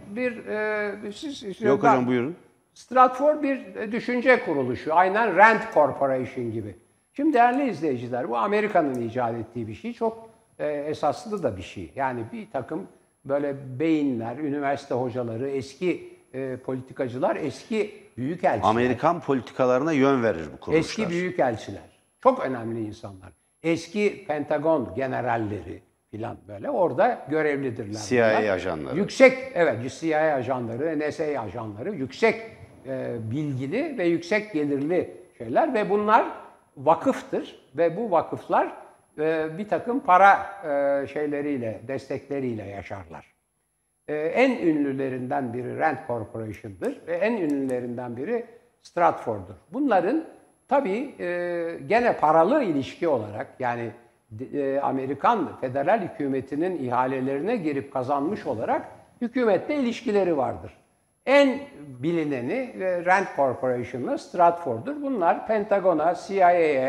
Yok hocam buyurun. Stratfor bir düşünce kuruluşu. Aynen Rand Corporation gibi. Şimdi değerli izleyiciler, bu Amerika'nın icat ettiği bir şey. Çok esaslı da bir şey. Yani bir takım böyle beyinler, üniversite hocaları, eski politikacılar, eski büyükelçiler. Amerikan politikalarına yön verir bu kuruluşlar. Eski büyükelçiler. Çok önemli insanlar. Eski Pentagon generalleri filan böyle orada görevlidirler. CIA ajanları. CIA ajanları, NSA ajanları, yüksek bilgili ve yüksek gelirli şeyler ve bunlar vakıftır ve bu vakıflar bir takım para destekleriyle yaşarlar. En ünlülerinden biri Rand Corporation'dır ve en ünlülerinden biri Stratfor'dur. Bunların tabii gene paralı ilişki olarak, yani Amerikan federal hükümetinin ihalelerine girip kazanmış olarak hükümetle ilişkileri vardır. En bilineni Rand Corporation'la Stratfor'dur. Bunlar Pentagon'a, CIA'ye,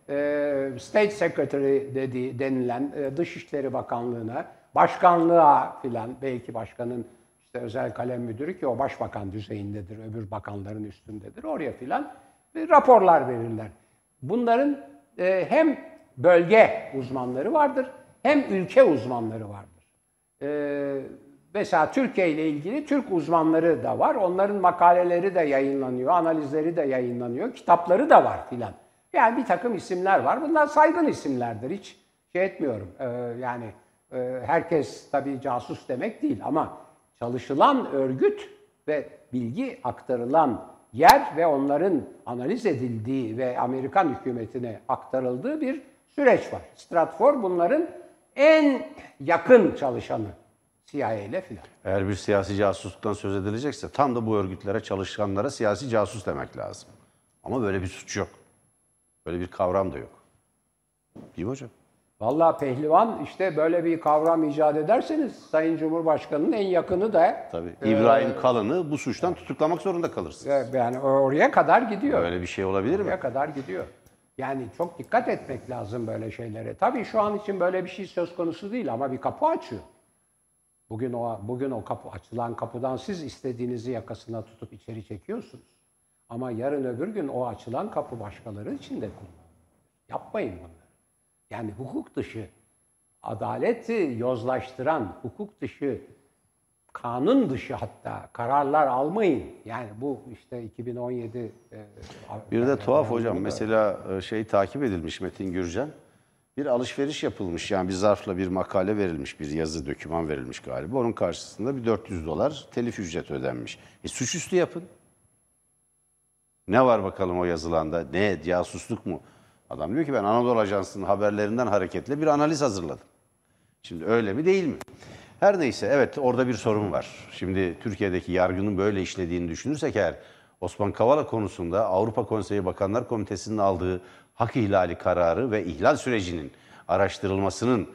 State Secretary denilen Dışişleri Bakanlığı'na, başkanlığa filan, belki başkanın işte özel kalem müdürü ki o başbakan düzeyindedir, öbür bakanların üstündedir, oraya filan raporlar verirler. Bunların hem bölge uzmanları vardır hem ülke uzmanları vardır. Mesela Türkiye ile ilgili Türk uzmanları da var. Onların makaleleri de yayınlanıyor, analizleri de yayınlanıyor, kitapları da var filan. Yani bir takım isimler var. Bunlar saygın isimlerdir. Hiç şey etmiyorum. Herkes tabii casus demek değil ama çalışılan örgüt ve bilgi aktarılan yer ve onların analiz edildiği ve Amerikan hükümetine aktarıldığı bir süreç var. Stratfor bunların en yakın çalışanı. CIA ile filan. Eğer bir siyasi casusluktan söz edilecekse tam da bu örgütlere çalışanlara siyasi casus demek lazım. Ama böyle bir suç yok. Böyle bir kavram da yok. Değil mi hocam? Vallahi pehlivan işte böyle bir kavram icat ederseniz Sayın Cumhurbaşkanı'nın en yakını da Tabii. İbrahim Kalın'ı bu suçtan tutuklamak zorunda kalırsınız. yani oraya kadar gidiyor. Öyle bir şey olabilir mi? Oraya kadar gidiyor. Yani çok dikkat etmek lazım böyle şeylere. Tabii şu an için böyle bir şey söz konusu değil ama bir kapı açıyor. Bugün o kapı açılan kapıdan siz istediğinizi yakasına tutup içeri çekiyorsunuz. Ama yarın öbür gün o açılan kapı başkaları için de kullanılır. Yapmayın bunları. Yani hukuk dışı, adaleti yozlaştıran, hukuk dışı, kanun dışı hatta kararlar almayın. Yani bu işte 2017... Bir de tuhaf hocam. Mesela takip edilmiş Metin Gürcan. Bir alışveriş yapılmış. Yani bir zarfla bir makale verilmiş, bir yazı, doküman verilmiş galiba. Onun karşısında bir $400 telif ücreti ödenmiş. Suçüstü yapın. Ne var bakalım o yazılanda? Ne? Casusluk mu? Adam diyor ki ben Anadolu Ajansı'nın haberlerinden hareketle bir analiz hazırladım. Şimdi öyle mi değil mi? Her neyse evet orada bir sorun var. Şimdi Türkiye'deki yargının böyle işlediğini düşünürsek eğer Osman Kavala konusunda Avrupa Konseyi Bakanlar Komitesi'nin aldığı hak ihlali kararı ve ihlal sürecinin araştırılmasının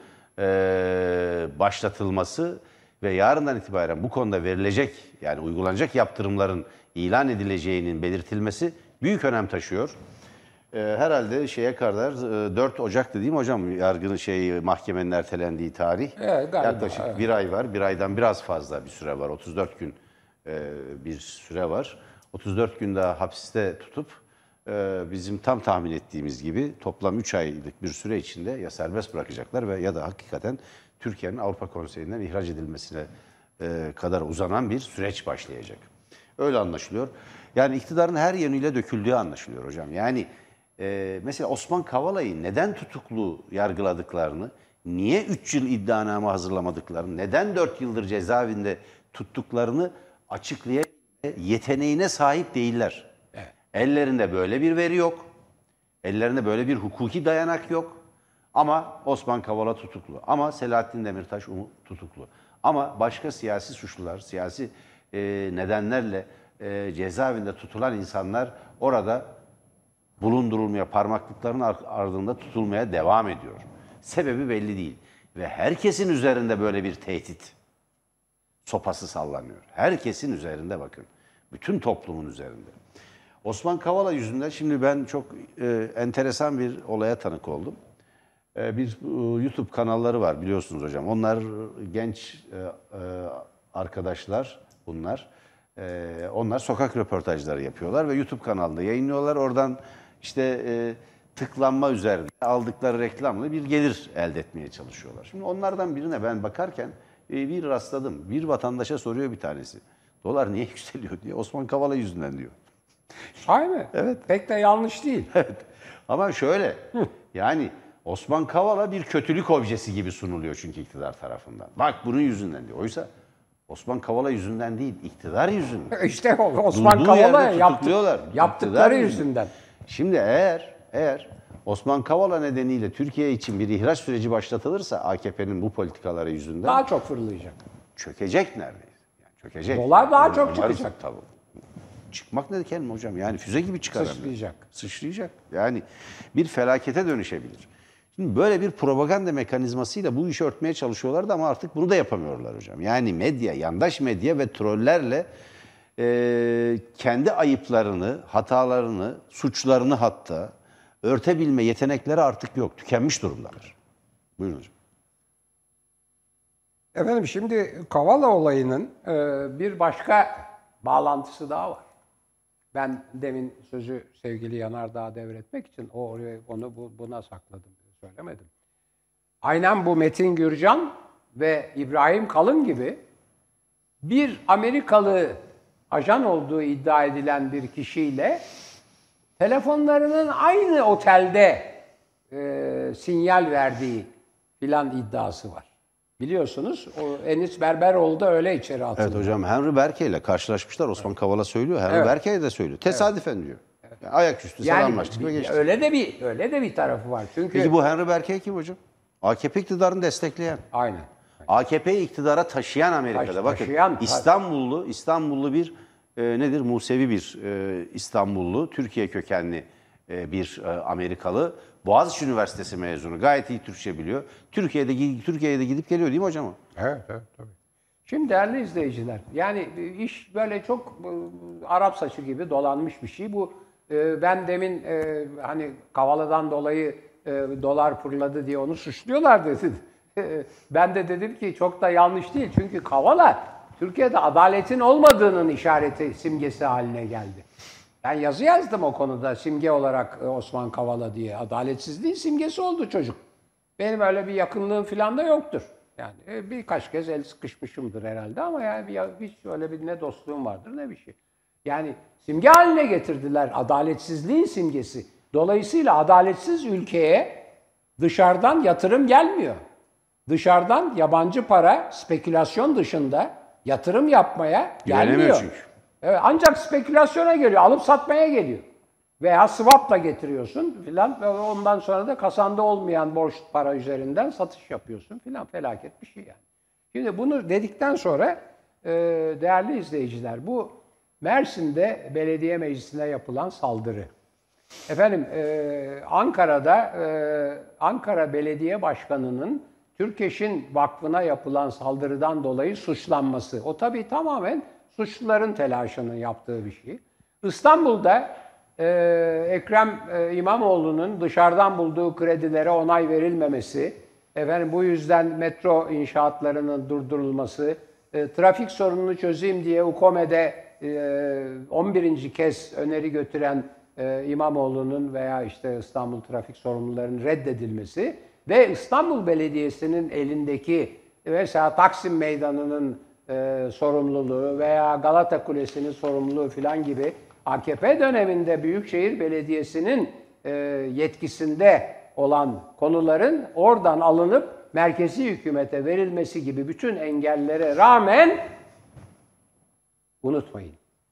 başlatılması ve yarından itibaren bu konuda verilecek yani uygulanacak yaptırımların ilan edileceğinin belirtilmesi büyük önem taşıyor. Herhalde şeye kadar 4 Ocak'tı değil mi hocam? Yargının mahkemenin ertelendiği tarih. Evet, galiba, yaklaşık evet. bir ay var. Bir aydan biraz fazla bir süre var. 34 gün bir süre var. 34 gün daha hapiste tutup bizim tam tahmin ettiğimiz gibi toplam 3 aylık bir süre içinde ya serbest bırakacaklar ve ya da hakikaten Türkiye'nin Avrupa Konseyi'nden ihraç edilmesine kadar uzanan bir süreç başlayacak. Öyle anlaşılıyor. Yani iktidarın her yönüyle döküldüğü anlaşılıyor hocam. Yani mesela Osman Kavala'yı neden tutuklu yargıladıklarını, niye 3 yıl iddianame hazırlamadıklarını, neden 4 yıldır cezaevinde tuttuklarını açıklayabilme yeteneğine sahip değiller. Evet. Ellerinde böyle bir veri yok. Ellerinde böyle bir hukuki dayanak yok. Ama Osman Kavala tutuklu. Ama Selahattin Demirtaş tutuklu. Ama başka siyasi suçlular, siyasi nedenlerle cezaevinde tutulan insanlar orada bulundurulmaya, parmaklıkların ardında tutulmaya devam ediyor. Sebebi belli değil. Ve herkesin üzerinde böyle bir tehdit sopası sallanıyor. Herkesin üzerinde bakın. Bütün toplumun üzerinde. Osman Kavala yüzünden şimdi ben çok enteresan bir olaya tanık oldum. Bir YouTube kanalları var biliyorsunuz hocam. Onlar genç arkadaşlar bunlar. Onlar sokak röportajları yapıyorlar ve YouTube kanalında yayınlıyorlar. Oradan işte tıklanma üzerine aldıkları reklamla bir gelir elde etmeye çalışıyorlar. Şimdi onlardan birine ben bakarken bir rastladım. Bir vatandaşa soruyor bir tanesi. Dolar niye yükseliyor diye. Osman Kavala yüzünden diyor. Sahi mi? Evet. Pek de yanlış değil. Evet. Ama şöyle yani Osman Kavala bir kötülük objesi gibi sunuluyor çünkü iktidar tarafından. Bak bunun yüzünden diyor. Oysa Osman Kavala yüzünden değil, iktidar yüzünden. İşte Osman Durduğu Kavala'ya yerde tutukluyorlar. yaptıkları İktidar yüzünden. Şimdi eğer Osman Kavala nedeniyle Türkiye için bir ihraç süreci başlatılırsa AKP'nin bu politikaları yüzünden Daha çok fırlayacak. çökecek neredeyse. Yani çökecek. Dolar daha çok Umarız çıkacak. Tabii. Çıkmak ne kelime hocam? Yani füze gibi çıkar. Sıçrayacak. Sıçrayacak. Yani bir felakete dönüşebilir. Şimdi böyle bir propaganda mekanizmasıyla bu işi örtmeye çalışıyorlardı ama artık bunu da yapamıyorlar hocam. Yani medya, yandaş medya ve trollerle kendi ayıplarını, hatalarını, suçlarını hatta örtebilme yetenekleri artık yok. Tükenmiş durumdalar. Buyurun hocam. Efendim şimdi Kavala olayının bir başka bağlantısı daha var. Ben demin sözü sevgili Yanardağ'a devretmek için buna sakladım, söylemedim. Aynen bu Metin Gürcan ve İbrahim Kalın gibi bir Amerikalı ajan olduğu iddia edilen bir kişiyle telefonlarının aynı otelde sinyal verdiği filan iddiası var. Biliyorsunuz o Enis Berberoğlu da öyle içeri atıldı. Evet hocam, Henry Berke ile karşılaşmışlar. Osman Kavala söylüyor. Henry Berke de söylüyor. Tesadüfen diyor. Yani ayaküstü selamlaştık ve geçtik. Öyle de bir tarafı var. Çünkü Peki bu Henry Berke kim hocam? AKP iktidarını destekleyen. Aynen. AKP'yi iktidara taşıyan Amerika'da. Bakın İstanbullu bir nedir? Musevi bir İstanbullu, Türkiye kökenli bir Amerikalı. Boğaziçi Üniversitesi mezunu. Gayet iyi Türkçe biliyor. Türkiye'de gidip geliyor değil mi hocam o? Evet, tabii. Şimdi değerli izleyiciler, yani iş böyle çok Arap saçı gibi dolanmış bir şey. Bu ben demin hani Kavala'dan dolayı dolar fırladı diye onu suçluyorlar dedi. Ben de dedim ki çok da yanlış değil. Çünkü Kavala Türkiye'de adaletin olmadığının işareti, simgesi haline geldi. Ben yazı yazdım o konuda simge olarak Osman Kavala diye. Adaletsizliğin simgesi oldu çocuk. Benim öyle bir yakınlığım falan da yoktur. Yani birkaç kez el sıkışmışımdır herhalde ama yani hiç öyle bir ne dostluğum vardır ne bir şey. Yani simge haline getirdiler, adaletsizliğin simgesi. Dolayısıyla adaletsiz ülkeye dışarıdan yatırım gelmiyor. Dışarıdan yabancı para spekülasyon dışında yatırım yapmaya gelmiyor. Çünkü. Evet, ancak spekülasyona geliyor, alıp satmaya geliyor. Veya swap'la getiriyorsun filan ve ondan sonra da kasanda olmayan borç para üzerinden satış yapıyorsun filan, felaket bir şey yani. Şimdi bunu dedikten sonra değerli izleyiciler, bu Mersin'de belediye meclisine yapılan saldırı. Efendim Ankara'da Ankara Belediye Başkanı'nın Türkeş'in Vakfı'na yapılan saldırıdan dolayı suçlanması. O tabii tamamen suçluların telaşının yaptığı bir şey. İstanbul'da Ekrem İmamoğlu'nun dışarıdan bulduğu kredilere onay verilmemesi, efendim bu yüzden metro inşaatlarının durdurulması, trafik sorununu çözeyim diye UKOME'de 11. kez öneri götüren İmamoğlu'nun veya işte İstanbul trafik sorumlularının reddedilmesi ve İstanbul Belediyesi'nin elindeki mesela Taksim Meydanı'nın sorumluluğu veya Galata Kulesi'nin sorumluluğu filan gibi AKP döneminde Büyükşehir Belediyesi'nin yetkisinde olan konuların oradan alınıp merkezi hükümete verilmesi gibi bütün engellere rağmen unutmayın.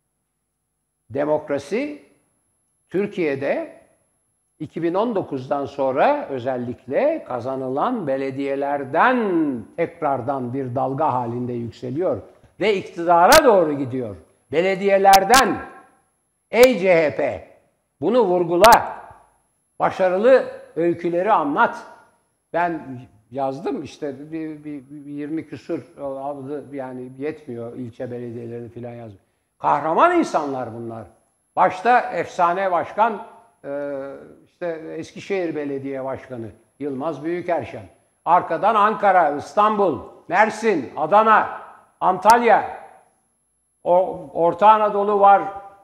Demokrasi Türkiye'de 2019'dan sonra özellikle kazanılan belediyelerden tekrardan bir dalga halinde yükseliyor ve iktidara doğru gidiyor. Belediyelerden, ey CHP, bunu vurgula, başarılı öyküleri anlat. Ben yazdım işte bir 20 küsur yani yetmiyor ilçe belediyelerini filan yazdım. Kahraman insanlar bunlar. Başta efsane başkan işte Eskişehir Belediye Başkanı Yılmaz Büyükerşen. Arkadan Ankara, İstanbul, Mersin, Adana, Antalya, Orta Anadolu var,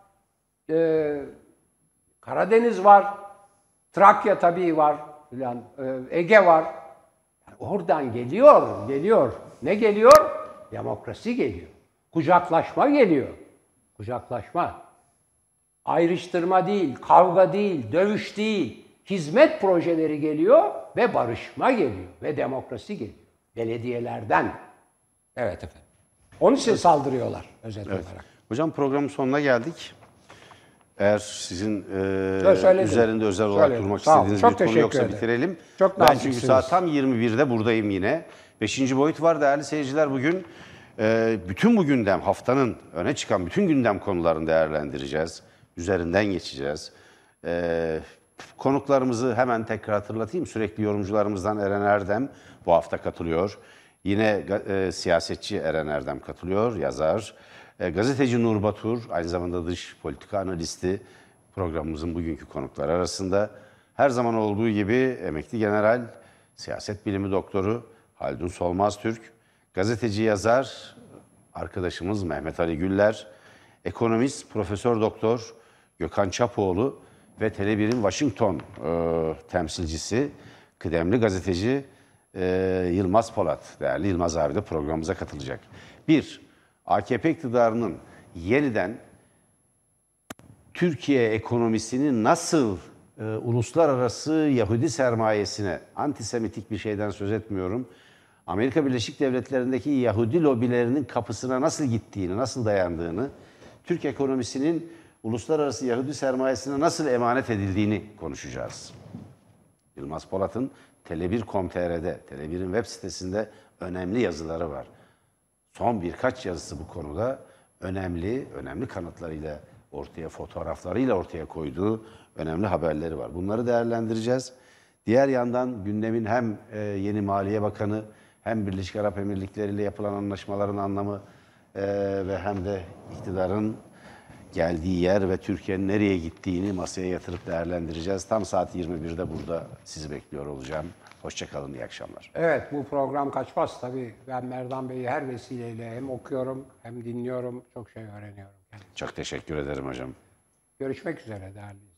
Karadeniz var, Trakya tabii var, Ege var. Yani oradan geliyor. Ne geliyor? Demokrasi geliyor. Kucaklaşma geliyor. Kucaklaşma. Ayrıştırma değil, kavga değil, dövüş değil. Hizmet projeleri geliyor ve barışma geliyor ve demokrasi geliyor. Belediyelerden. Evet efendim. Onun için saldırıyorlar özet olarak. Hocam programın sonuna geldik. Eğer sizin üzerinde özel olarak durmak istediğiniz bir konu yoksa bitirelim. Çok ben çünkü saat tam 21'de buradayım yine. 5. boyut var değerli seyirciler bugün. Bütün bu gündem, haftanın öne çıkan bütün gündem konularını değerlendireceğiz. Üzerinden geçeceğiz. Konuklarımızı hemen tekrar hatırlatayım. Sürekli yorumcularımızdan Eren Erdem bu hafta katılıyor. Yine siyasetçi Eren Erdem katılıyor, yazar. Gazeteci Nur Batur, aynı zamanda dış politika analisti programımızın bugünkü konukları arasında. Her zaman olduğu gibi emekli general, siyaset bilimi doktoru Haldun Solmaz Türk, gazeteci yazar arkadaşımız Mehmet Ali Güller, ekonomist Profesör Doktor Gökhan Çapoğlu ve Tele1'in Washington temsilcisi, kıdemli gazeteci Yılmaz Polat. Değerli Yılmaz abi de programımıza katılacak. AKP iktidarının yeniden Türkiye ekonomisini nasıl uluslararası Yahudi sermayesine, antisemitik bir şeyden söz etmiyorum, Amerika Birleşik Devletleri'ndeki Yahudi lobilerinin kapısına nasıl gittiğini, nasıl dayandığını, Türk ekonomisinin uluslararası Yahudi sermayesine nasıl emanet edildiğini konuşacağız. Yılmaz Polat'ın Tele1.com.tr'de, Tele1'in web sitesinde önemli yazıları var. Son birkaç yazısı bu konuda önemli kanıtlarıyla fotoğraflarıyla ortaya koyduğu önemli haberleri var. Bunları değerlendireceğiz. Diğer yandan gündemin hem yeni Maliye Bakanı hem Birleşik Arap Emirlikleri ile yapılan anlaşmaların anlamı ve hem de iktidarın geldiği yer ve Türkiye'nin nereye gittiğini masaya yatırıp değerlendireceğiz. Tam saat 21'de burada sizi bekliyor olacağım. Hoşçakalın, iyi akşamlar. Evet, bu program kaçmaz tabii. Ben Merdan Bey'i her vesileyle hem okuyorum hem dinliyorum. Çok şey öğreniyorum. Çok teşekkür ederim hocam. Görüşmek üzere değerli.